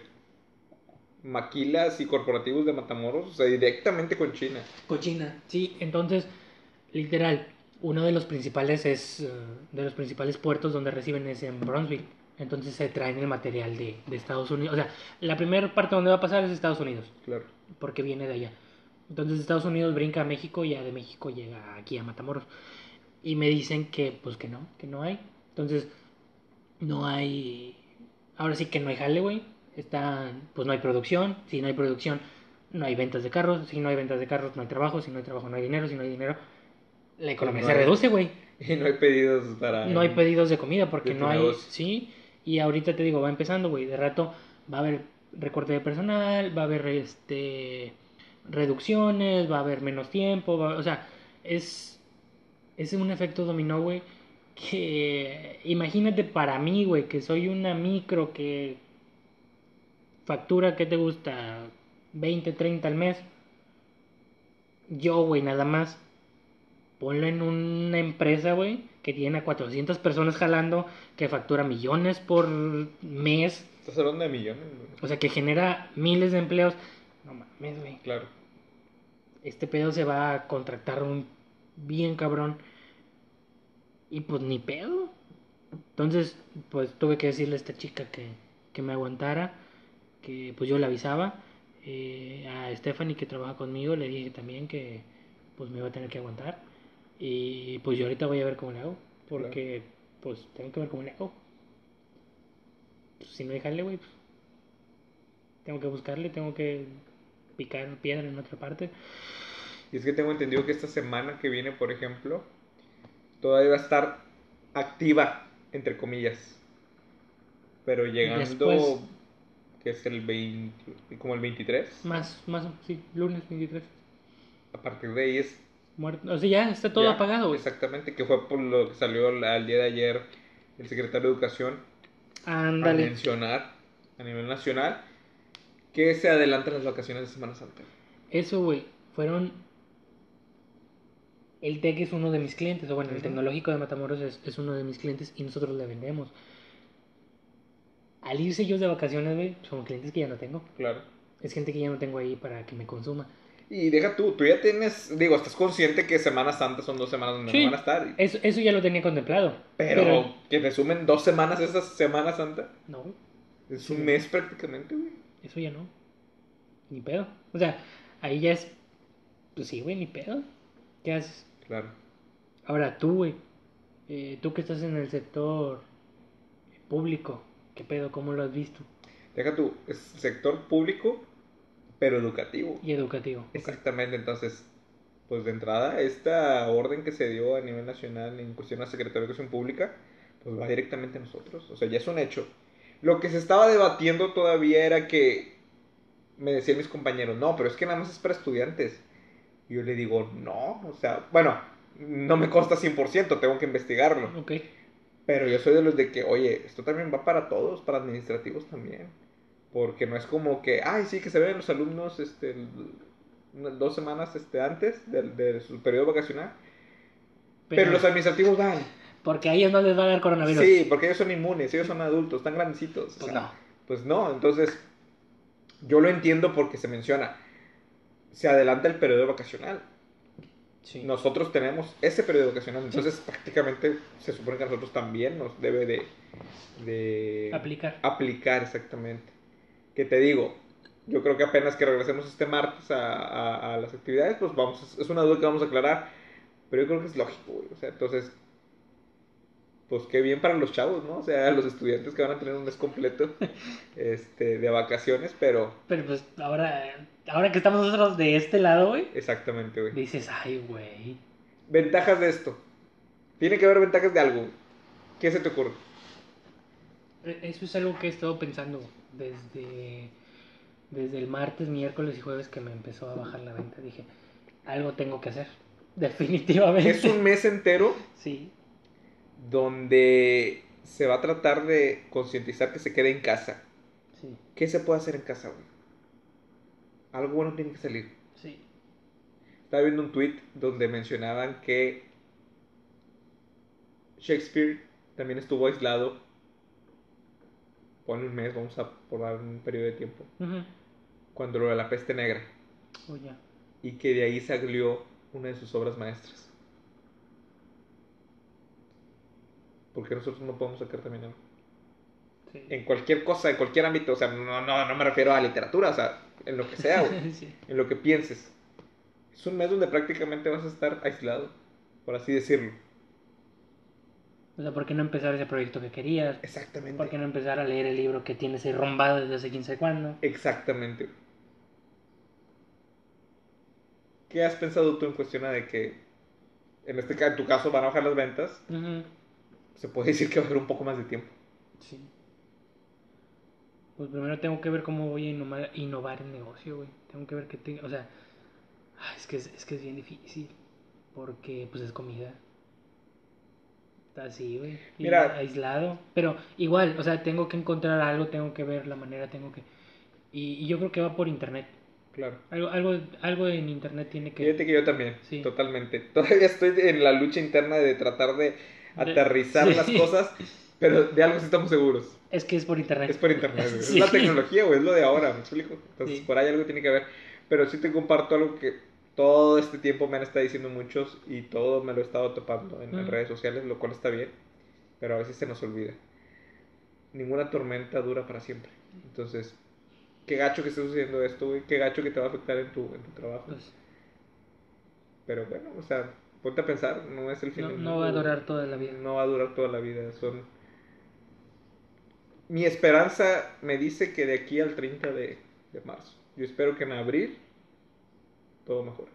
maquilas y corporativos de Matamoros, o sea, directamente con China. cochina. Sí, entonces, literal, uno de los principales es eh, de los principales puertos donde reciben es en Brownsville. Entonces se traen el material de, de Estados Unidos. O sea, la primera parte donde va a pasar es Estados Unidos, Claro. porque viene de allá. Entonces Estados Unidos brinca a México y ya de México llega aquí a Matamoros. Y me dicen que pues que no, que no hay. Entonces, no hay, ahora sí que no hay jale, güey. Está, pues no hay producción. Si no hay producción, no hay ventas de carros. Si no hay ventas de carros, no hay trabajo. Si no hay trabajo, no hay dinero. Si no hay dinero, la Pues economía no se hay, reduce, güey. y no hay pedidos para No hay pedidos de comida de porque tu no hay, negocio. sí. Y ahorita te digo, va empezando, güey. De rato va a haber recorte de personal, va a haber este reducciones, va a haber menos tiempo, va- o sea, es es un efecto dominó, güey, que imagínate para mí, güey, que soy una micro que factura, ¿qué te gusta? Veinte, treinta al mes. Yo, güey, nada más. Ponlo en una empresa, güey, que tiene a cuatrocientas personas jalando, que factura millones por mes, Estás hablando de millones, güey. o sea, que genera miles de empleos. No mames, güey. Claro. Este pedo se va a contractar un bien cabrón. Y pues ni pedo. Entonces, pues tuve que decirle a esta chica que, que me aguantara, que pues yo le avisaba. Eh, a Stephanie que trabaja conmigo le dije también que pues me iba a tener que aguantar. Y pues yo ahorita voy a ver cómo le hago. Porque pues tengo que ver cómo le hago. Pues, si no hay jale, güey, pues tengo que buscarle, tengo que picar piedra en otra parte. Y es que tengo entendido que esta semana que viene, por ejemplo, todavía va a estar activa, entre comillas. Pero llegando, Después, que es el veinte, como el veintitrés, más, más, sí, lunes veintitrés. a partir de ahí es Muerto. O sea, ya está todo ya, apagado, güey. exactamente, que fue por lo que salió al, al día de ayer el secretario de Educación a Ándale. mencionar a nivel nacional que se adelantan las vacaciones de Semana Santa. Eso, güey, fueron... El TEC es uno de mis clientes, o bueno, el Ujú. Tecnológico de Matamoros es, es uno de mis clientes y nosotros le vendemos. Al irse ellos de vacaciones, güey, son clientes que ya no tengo. Claro. Es gente que ya no tengo ahí para que me consuma. Y deja tú, tú ya tienes, digo, estás consciente que Semana Santa son dos semanas donde Sí, no van a estar. eso, eso ya lo tenía contemplado. Pero, que resumen dos semanas esa Semana Santa. No, güey, Es Sí, un no. mes prácticamente, güey. eso ya no. Ni pedo. O sea, ahí ya es... Pues sí, güey, ni pedo. ¿Qué haces? Claro. Ahora tú, güey, eh, tú que estás en el sector público, ¿qué pedo? ¿Cómo lo has visto? Deja tú, es sector público, pero educativo. Y educativo. ok. Exactamente, entonces, pues de entrada, esta orden que se dio a nivel nacional en cuestión a Secretaría de Educación Pública, pues va directamente a nosotros. O sea, ya es un hecho. Lo que se estaba debatiendo todavía era que, me decían mis compañeros, no, pero es que nada más es para estudiantes. Y yo le digo, no, o sea, bueno, no me consta cien por ciento, tengo que investigarlo. Ok. Pero yo soy de los de que, oye, esto también va para todos, para administrativos también. Porque no es como que, ay, sí, que se ven los alumnos este, el- dos semanas este, antes de, de su periodo vacacional. Pero, Pero, los administrativos van. porque a ellos no les va a dar coronavirus. Sí, porque ellos son inmunes, ellos son adultos, están grandecitos. O Pues sea, no. pues no, entonces yo lo entiendo porque se menciona, se adelanta el periodo vacacional. Sí. Nosotros tenemos ese periodo vacacional, entonces prácticamente se supone que a nosotros también nos debe de, de Aplicar. aplicar exactamente. Que te digo, yo creo que apenas que regresemos este martes a, a, a las actividades, pues vamos, es una duda que vamos a aclarar, pero yo creo que es lógico, güey. O sea, entonces, pues qué bien para los chavos, ¿no? O sea, los estudiantes que van a tener un mes completo este, de vacaciones, pero Pero pues ahora, ahora que estamos nosotros de este lado, güey, exactamente, güey. dices, ay, güey. Ventajas de esto. Tiene que haber ventajas de algo. ¿Qué se te ocurre? E- Eso es algo que he estado pensando desde, desde el martes, miércoles y jueves que me empezó a bajar la venta. Dije, algo tengo que hacer. Definitivamente. Es un mes entero Sí. donde se va a tratar de concientizar que se quede en casa. Sí. ¿Qué se puede hacer en casa, güey? Algo bueno tiene que salir. Sí. Estaba viendo un tweet donde mencionaban que Shakespeare también estuvo aislado. Ponle un mes, vamos a por dar un periodo de tiempo. Ujú. Cuando lo de la peste negra. Oh, ya. Y que de ahí salió una de sus obras maestras. Porque nosotros no podemos sacar también algo. Sí. En cualquier cosa, en cualquier ámbito, o sea, no, no, no me refiero a literatura, o sea, en lo que sea, güey, Sí. en lo que pienses. Es un mes donde prácticamente vas a estar aislado, por así decirlo. O sea, ¿por qué no empezar ese proyecto que querías? Exactamente. ¿Por qué no empezar a leer el libro que tienes ahí rombado desde hace quién sabe cuándo? Exactamente. ¿Qué has pensado tú en cuestión de que, en este caso, en tu caso, van a bajar las ventas? Ujú. Se puede decir que va a haber un poco más de tiempo. Sí. Pues primero tengo que ver cómo voy a innovar, innovar el negocio, güey. Tengo que ver qué tengo, o sea, ay, es que es, es que es bien difícil. Porque, pues, es comida. Está así, güey. Y Mira. aislado. Pero igual, o sea, tengo que encontrar algo, tengo que ver la manera, tengo que... Y, y yo creo que va por internet. Claro. Algo, algo, algo en internet tiene que... Fíjate que yo también, Sí. totalmente. Todavía estoy en la lucha interna de tratar de aterrizar sí. las cosas, pero de algo sí estamos seguros. Es que es por internet. Es por internet, güey. Sí. Es la tecnología, güey, es lo de ahora, ¿me explico? Entonces, Sí. por ahí algo tiene que ver. Pero sí te comparto algo que todo este tiempo me han estado diciendo muchos y todo me lo he estado topando en, en Mm. redes sociales, lo cual está bien, pero a veces se nos olvida. Ninguna tormenta dura para siempre. Entonces, qué gacho que esté sucediendo esto, güey. Qué gacho que te va a afectar en tu, en tu trabajo. Pues Pero bueno, o sea, ponte a pensar, no es el fin no, del no mundo, va a güey. durar toda la vida. No va a durar toda la vida. Son... Mi esperanza me dice que de aquí al treinta de, de marzo. Yo espero que en abril todo mejore.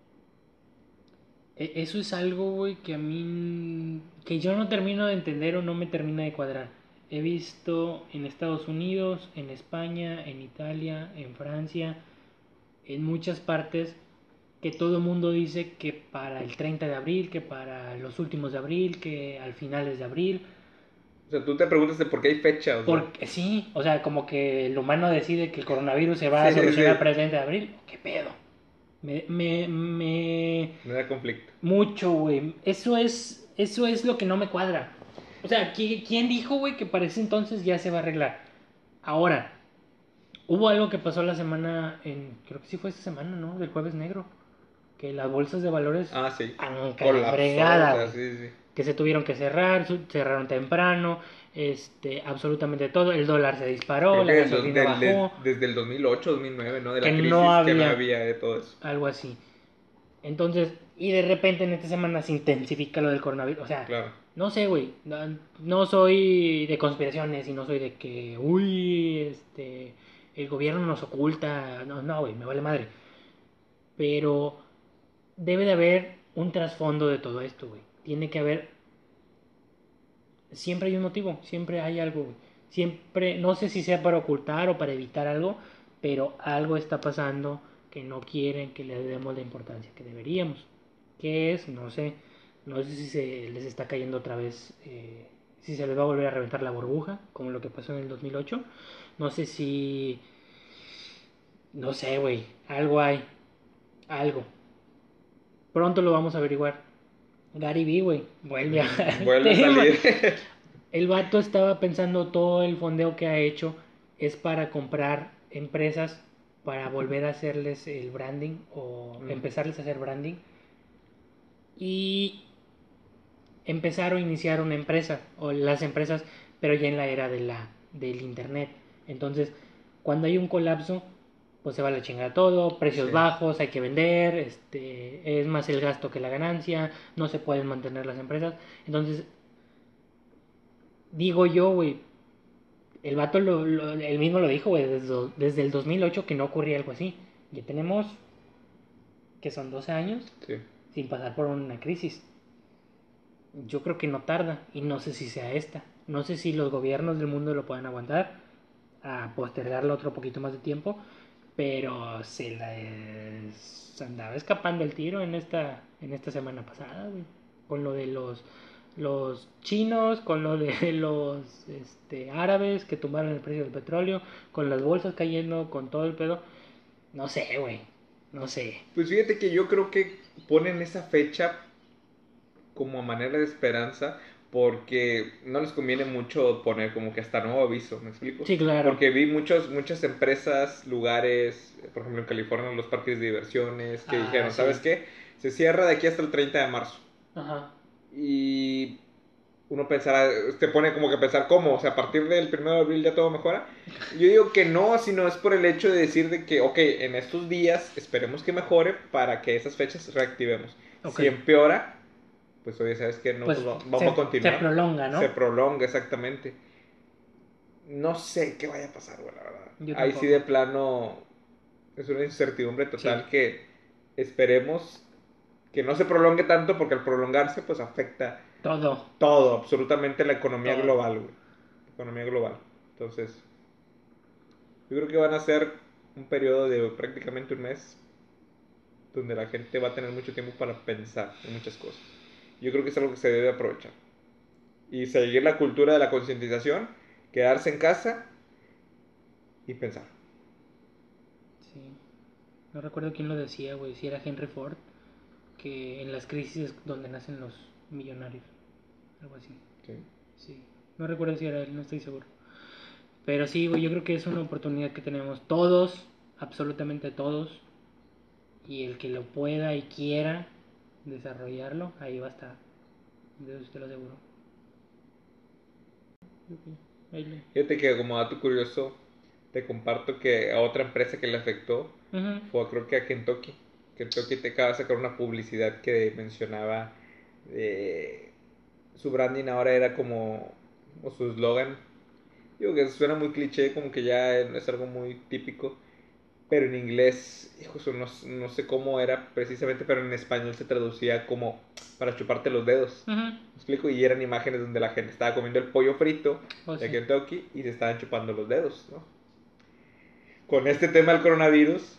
E- Eso es algo, güey, que a mí, que yo no termino de entender o no me termina de cuadrar. He visto en Estados Unidos, en España, en Italia, en Francia, en muchas partes, que todo el mundo dice que para el treinta de abril, que para los últimos de abril, que al finales de abril. O sea, tú te preguntas de por qué hay fecha, o sea. Porque sí, o sea, como que el humano decide que el coronavirus se va a Sí, solucionar sí. para el treinta de abril. ¿Qué pedo? Me, me, me, Me da conflicto. Mucho, güey. Eso es, eso es lo que no me cuadra. O sea, ¿qui- ¿quién dijo, güey, que para ese entonces ya se va a arreglar? Ahora, hubo algo que pasó la semana, en, creo que sí fue esta semana, ¿no? Del Jueves Negro. Que las bolsas de valores Ah, sí. anca la Colapsó, o fregada, sea, güey. sí, sí. Que se tuvieron que cerrar, su- cerraron temprano, este, absolutamente todo. El dólar se disparó, Creo la que del dos- gasolina del- del- bajó, desde el dos mil ocho, dos mil nueve, ¿no? De que la no crisis que no había había de todo eso. algo así. Entonces, y de repente en esta semana se intensifica lo del coronavirus. O sea, Claro. no sé, güey. No, no soy de conspiraciones y no soy de que, uy, este, el gobierno nos oculta. No, no, güey, me vale madre. Pero debe de haber un trasfondo de todo esto, güey. Tiene que haber. Siempre hay un motivo, siempre hay algo, güey. Siempre, no sé si sea para ocultar o para evitar algo, pero algo está pasando que no quieren que le demos la importancia que deberíamos. ¿Qué es? No sé. No sé si se les está cayendo otra vez, eh, si se les va a volver a reventar la burbuja, como lo que pasó en el dos mil ocho. No sé si, no sé, güey, algo hay, algo. Pronto lo vamos a averiguar. Gary Vee, güey, vuelve Mm, al Vuelve a tema. salir. El vato estaba pensando todo el fondeo que ha hecho es para comprar empresas para volver a hacerles el branding o Mm. empezarles a hacer branding y empezar o iniciar una empresa o las empresas, pero ya en la era de la del internet. Entonces, cuando hay un colapso, pues se va a la chingada todo, precios Sí. bajos, hay que vender, este, es más el gasto que la ganancia, no se pueden mantener las empresas. Entonces, digo yo, güey, el vato lo, lo- él mismo lo dijo, güey, desde, desde el dos mil ocho que no ocurría algo así. Ya tenemos, que son doce años, Sí. sin pasar por una crisis. Yo creo que no tarda y no sé si sea esta. No sé si los gobiernos del mundo lo puedan aguantar, a postergarlo otro poquito más de tiempo, pero se la es- andaba escapando el tiro en esta, en esta semana pasada, güey. Con lo de los, los chinos, con lo de los este, árabes que tumbaron el precio del petróleo, con las bolsas cayendo, con todo el pedo. No sé, güey. No sé. Pues fíjate que yo creo que ponen esa fecha como a manera de esperanza porque no les conviene mucho poner como que hasta nuevo aviso, ¿me explico? Sí, claro. Porque vi muchos, muchas empresas, lugares, por ejemplo en California los parques de diversiones, que Ah, dijeron, sí. ¿sabes qué? Se cierra de aquí hasta el treinta de marzo. Ajá. Y uno pensará, te pone como que pensar, ¿cómo? O sea, a partir del primero de abril ya todo mejora. Yo digo que no, sino es por el hecho de decir de que, ok, en estos días esperemos que mejore para que esas fechas reactivemos. Ok. Si empeora, pues oye, ¿sabes qué? No, Pues pues va- vamos se, a continuar. se prolonga, ¿no? Se prolonga, exactamente. No sé qué vaya a pasar, güey, la verdad. Yo Ahí sí tampoco. de plano es una incertidumbre total Sí. que esperemos que no se prolongue tanto porque al prolongarse pues afecta Todo. todo, absolutamente la economía Todo. global, güey. Economía global. Entonces, yo creo que van a ser un periodo de prácticamente un mes donde la gente va a tener mucho tiempo para pensar en muchas cosas. Yo creo que es algo que se debe aprovechar. Y seguir la cultura de la concientización, quedarse en casa y pensar. Sí. No recuerdo quién lo decía, güey. Si era Henry Ford. Que en las crisis es donde nacen los millonarios. Algo así. Sí. Sí. No recuerdo si era él, no estoy seguro. Pero sí, güey, yo creo que es una oportunidad que tenemos todos, absolutamente todos. y el que lo pueda y quiera desarrollarlo, ahí va a estar. De eso te lo aseguro. Ahí le- Fíjate que como dato curioso, te comparto que a otra empresa que le afectó Ujú. fue creo que a Kentucky. Kentucky te acaba de sacar una publicidad que mencionaba eh, su branding ahora era como, o su eslogan. Digo que suena muy cliché, como que ya es algo muy típico. Pero en inglés, hijo, eso no, no sé cómo era precisamente, pero en español se traducía como para chuparte los dedos. Ujú. ¿Me explico? Y eran imágenes donde la gente estaba comiendo el pollo frito Oh, de sí. Kentucky y se estaban chupando los dedos, ¿no? Con este tema del coronavirus,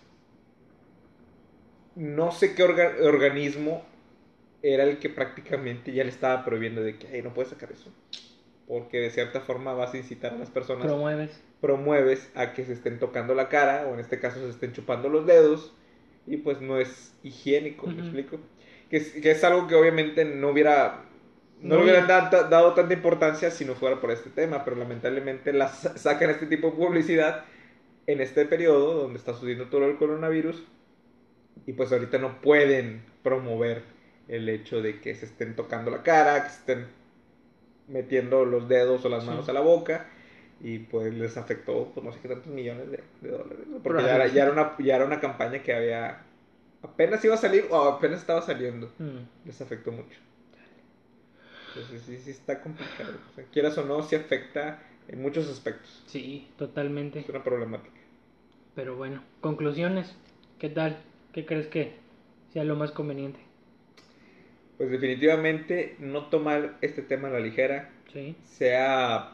no sé qué orga- organismo era el que prácticamente ya le estaba prohibiendo de que, hey, no puedes sacar eso. Porque de cierta forma vas a incitar a las personas, Promueves. promueves a que se estén tocando la cara, o en este caso se estén chupando los dedos, y pues no es higiénico, ¿me Ujú. explico? Que es, que es algo que obviamente no hubiera, no le No, hubieran y- da- dado tanta importancia si no fuera por este tema, pero lamentablemente las sacan este tipo de publicidad en este periodo donde está sucediendo todo el coronavirus, y pues ahorita no pueden promover el hecho de que se estén tocando la cara, que se estén metiendo los dedos o las manos sí, a la boca y pues les afectó pues no sé qué tantos millones de, de dólares, ¿no? Porque ya era, ya, era probablemente. una, ya era una campaña que había apenas iba a salir o apenas estaba saliendo, Mm. les afectó mucho. Entonces sí, sí está complicado, o sea, quieras o no, sí afecta en muchos aspectos, Sí, totalmente. es una problemática. Pero bueno, conclusiones. ¿Qué tal? ¿Qué crees que sea lo más conveniente? Pues definitivamente no tomar este tema a la ligera, Sí. sea,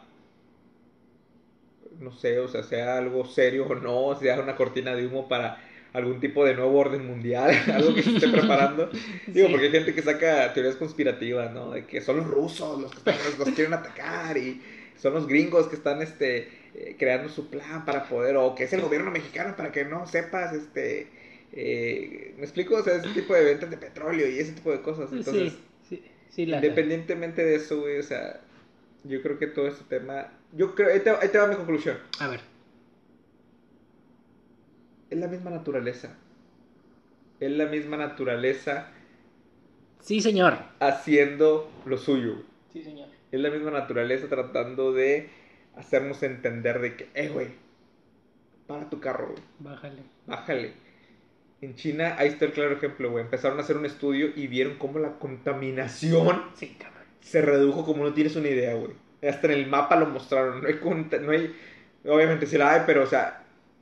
no sé, o sea, sea algo serio o no, sea una cortina de humo para algún tipo de nuevo orden mundial, algo que se esté preparando. Digo, Sí. porque hay gente que saca teorías conspirativas, ¿no? De que son los rusos los que están, los, los quieren atacar y son los gringos que están este, eh, creando su plan para poder, o que es el gobierno mexicano para que no sepas, este, eh, ¿me explico? O sea, ese tipo de ventas de petróleo y ese tipo de cosas. Entonces, Sí, sí, sí las hay. independientemente de eso, güey, o sea, yo creo que todo este tema, yo creo, ahí te, ahí te va mi conclusión. A ver. Es la misma naturaleza. Es la misma naturaleza Sí, señor. haciendo lo suyo. Sí, señor. Es la misma naturaleza tratando de hacernos entender de que, eh, güey, para tu carro, güey, Bájale. bájale. En China, ahí está el claro ejemplo, güey. Empezaron a hacer un estudio y vieron cómo la contaminación Sí, cabrón. se redujo como no tienes una idea, güey. Hasta en el mapa lo mostraron. No hay, conta- no hay obviamente sí la hay, pero, o sea,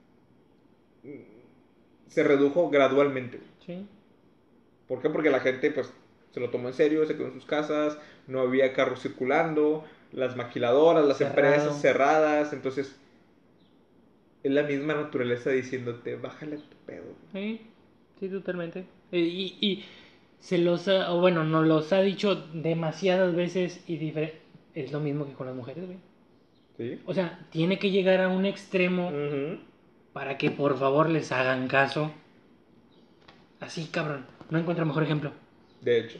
se redujo gradualmente. Sí. ¿Por qué? Porque la gente pues se lo tomó en serio, se quedó en sus casas, no había carros circulando, las maquiladoras, las Cerrado. empresas cerradas, entonces es la misma naturaleza diciéndote, bájale a tu pedo. Sí, sí, totalmente. Eh, Y, y se los ha, o bueno, nos los ha dicho demasiadas veces y diferente. Es lo mismo que con las mujeres, güey. ¿Sí? O sea, tiene que llegar a un extremo Ujú. para que por favor les hagan caso. Así, cabrón. No encuentro mejor ejemplo. De hecho.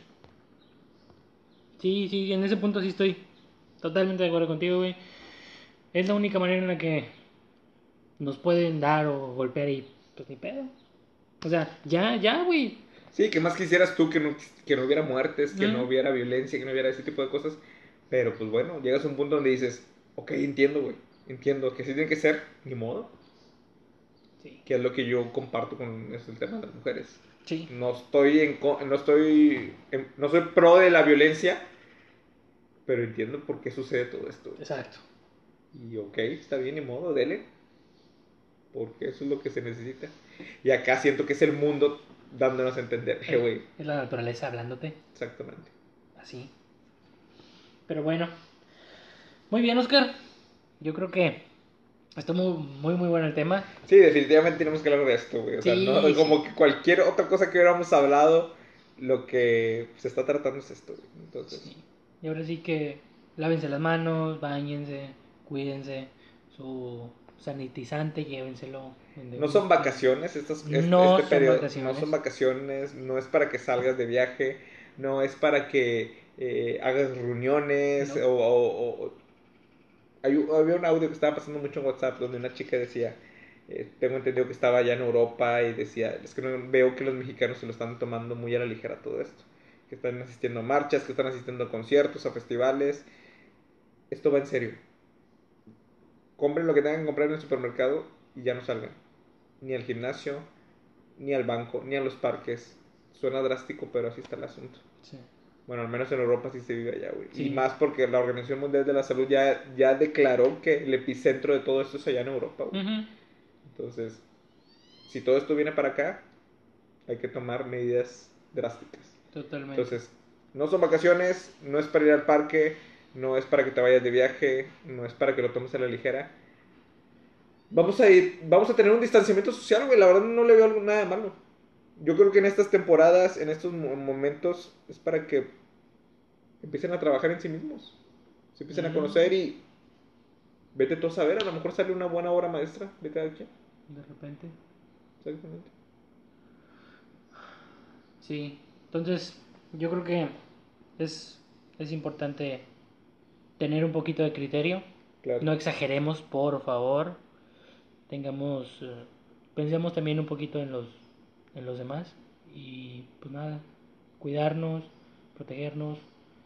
Sí, sí, en ese punto sí estoy totalmente de acuerdo contigo, güey. Es la única manera en la que nos pueden dar o golpear y pues ni pedo. O sea, ya, ya, güey. Sí, que más quisieras tú que no, que no hubiera muertes, que no Mm. hubiera violencia, que no hubiera ese tipo de cosas. Pero pues bueno, llegas a un punto donde dices, ok, entiendo, güey. Entiendo que sí tiene que ser, ni modo. Sí, Que es lo que yo comparto con es el tema de las mujeres. sí, No estoy en, co- no estoy en- no soy pro de la violencia, pero entiendo por qué sucede todo esto. exacto. Y ok, está bien, ni modo, dele, porque eso es lo que se necesita. Y acá siento que es el mundo dándonos a entender, eh, Eh, güey, es la naturaleza hablándote exactamente. así. Pero bueno, muy bien, Oscar. Yo creo que estuvo muy, muy, muy bueno el tema. Sí, definitivamente tenemos que hablar de esto, güey. O sea, no Sí, sí. como que cualquier otra cosa que hubiéramos hablado, lo que se está tratando es esto, güey. Entonces, Sí. Y ahora sí que lávense las manos, bañense, cuídense, su sanitizante, llévenselo. donde- no son vacaciones, estos, este, No este son periodo, no vacaciones. son vacaciones, no es para que salgas de viaje, no es para que eh, hagas reuniones No. o, o- o- hay- había un audio que estaba pasando mucho en WhatsApp donde una chica decía Eh, tengo entendido que estaba allá en Europa y decía, es que no, veo que los mexicanos se lo están tomando muy a la ligera todo esto. Que están asistiendo a marchas, que están asistiendo a conciertos, a festivales. Esto va en serio. Compren lo que tengan que comprar en el supermercado y ya no salgan. Ni al gimnasio, ni al banco, ni a los parques. Suena drástico, pero así está el asunto. Sí. Bueno, al menos en Europa sí se vive allá, güey. Sí. Y más porque la Organización Mundial de la Salud ya, ya declaró que el epicentro de todo esto es allá en Europa, güey. Uh-huh. Entonces, si todo esto viene para acá, hay que tomar medidas drásticas. Totalmente. Entonces, no son vacaciones, no es para ir al parque, no es para que te vayas de viaje, no es para que lo tomes a la ligera. Vamos a ir, vamos a tener un distanciamiento social, güey. La verdad no le veo algo, nada de malo. Yo creo que en estas temporadas, en estos momentos, es para que empiecen a trabajar en sí mismos. Se empiecen uh-huh. a conocer y vete tú a saber, a lo mejor sale una buena obra maestra de cada quien. De repente. Exactamente. Sí, entonces yo creo que es, es importante tener un poquito de criterio. Claro. No exageremos, por favor. Tengamos, eh, pensemos también un poquito en los, en los demás. Y pues nada, cuidarnos, protegernos.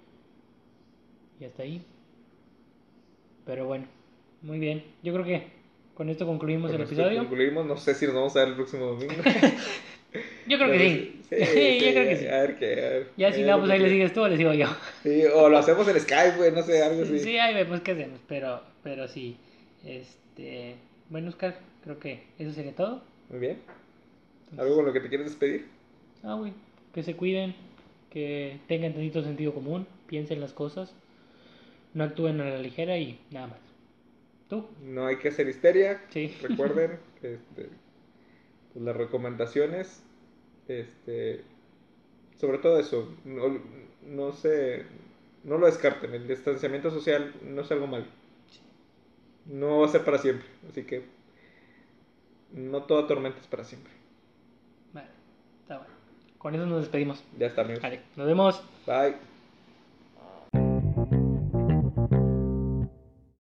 Y hasta ahí. Pero bueno, muy bien. Yo creo que con esto concluimos Con el esto episodio. concluimos. No sé si nos vamos a ver el próximo domingo. Yo creo No, que sí. sí. Sí, sí, Yo creo que sí. A ver qué. A ver, Ya si eh, no, lo pues que ahí le quiera. sigues tú o le sigo yo. Sí, o lo hacemos en Skype, güey, no sé, algo así. Sí, ahí vemos qué hacemos, pero, pero sí. Este, bueno, Oscar, creo que eso sería todo. Muy bien. Entonces, ¿Algo con lo que te quieres despedir? ah, güey, que se cuiden, que tengan tantito sentido común, piensen las cosas, no actúen a la ligera y nada más. ¿Tú? No hay que hacer histeria. Sí. Recuerden este, pues, las recomendaciones. Este, sobre todo eso. No, no se. No lo descarten. El distanciamiento social no es algo malo. No va a ser para siempre. Así que no toda tormenta es para siempre. Vale, está bueno. Con eso nos despedimos. Ya está, amigos. Vale, nos vemos. Bye.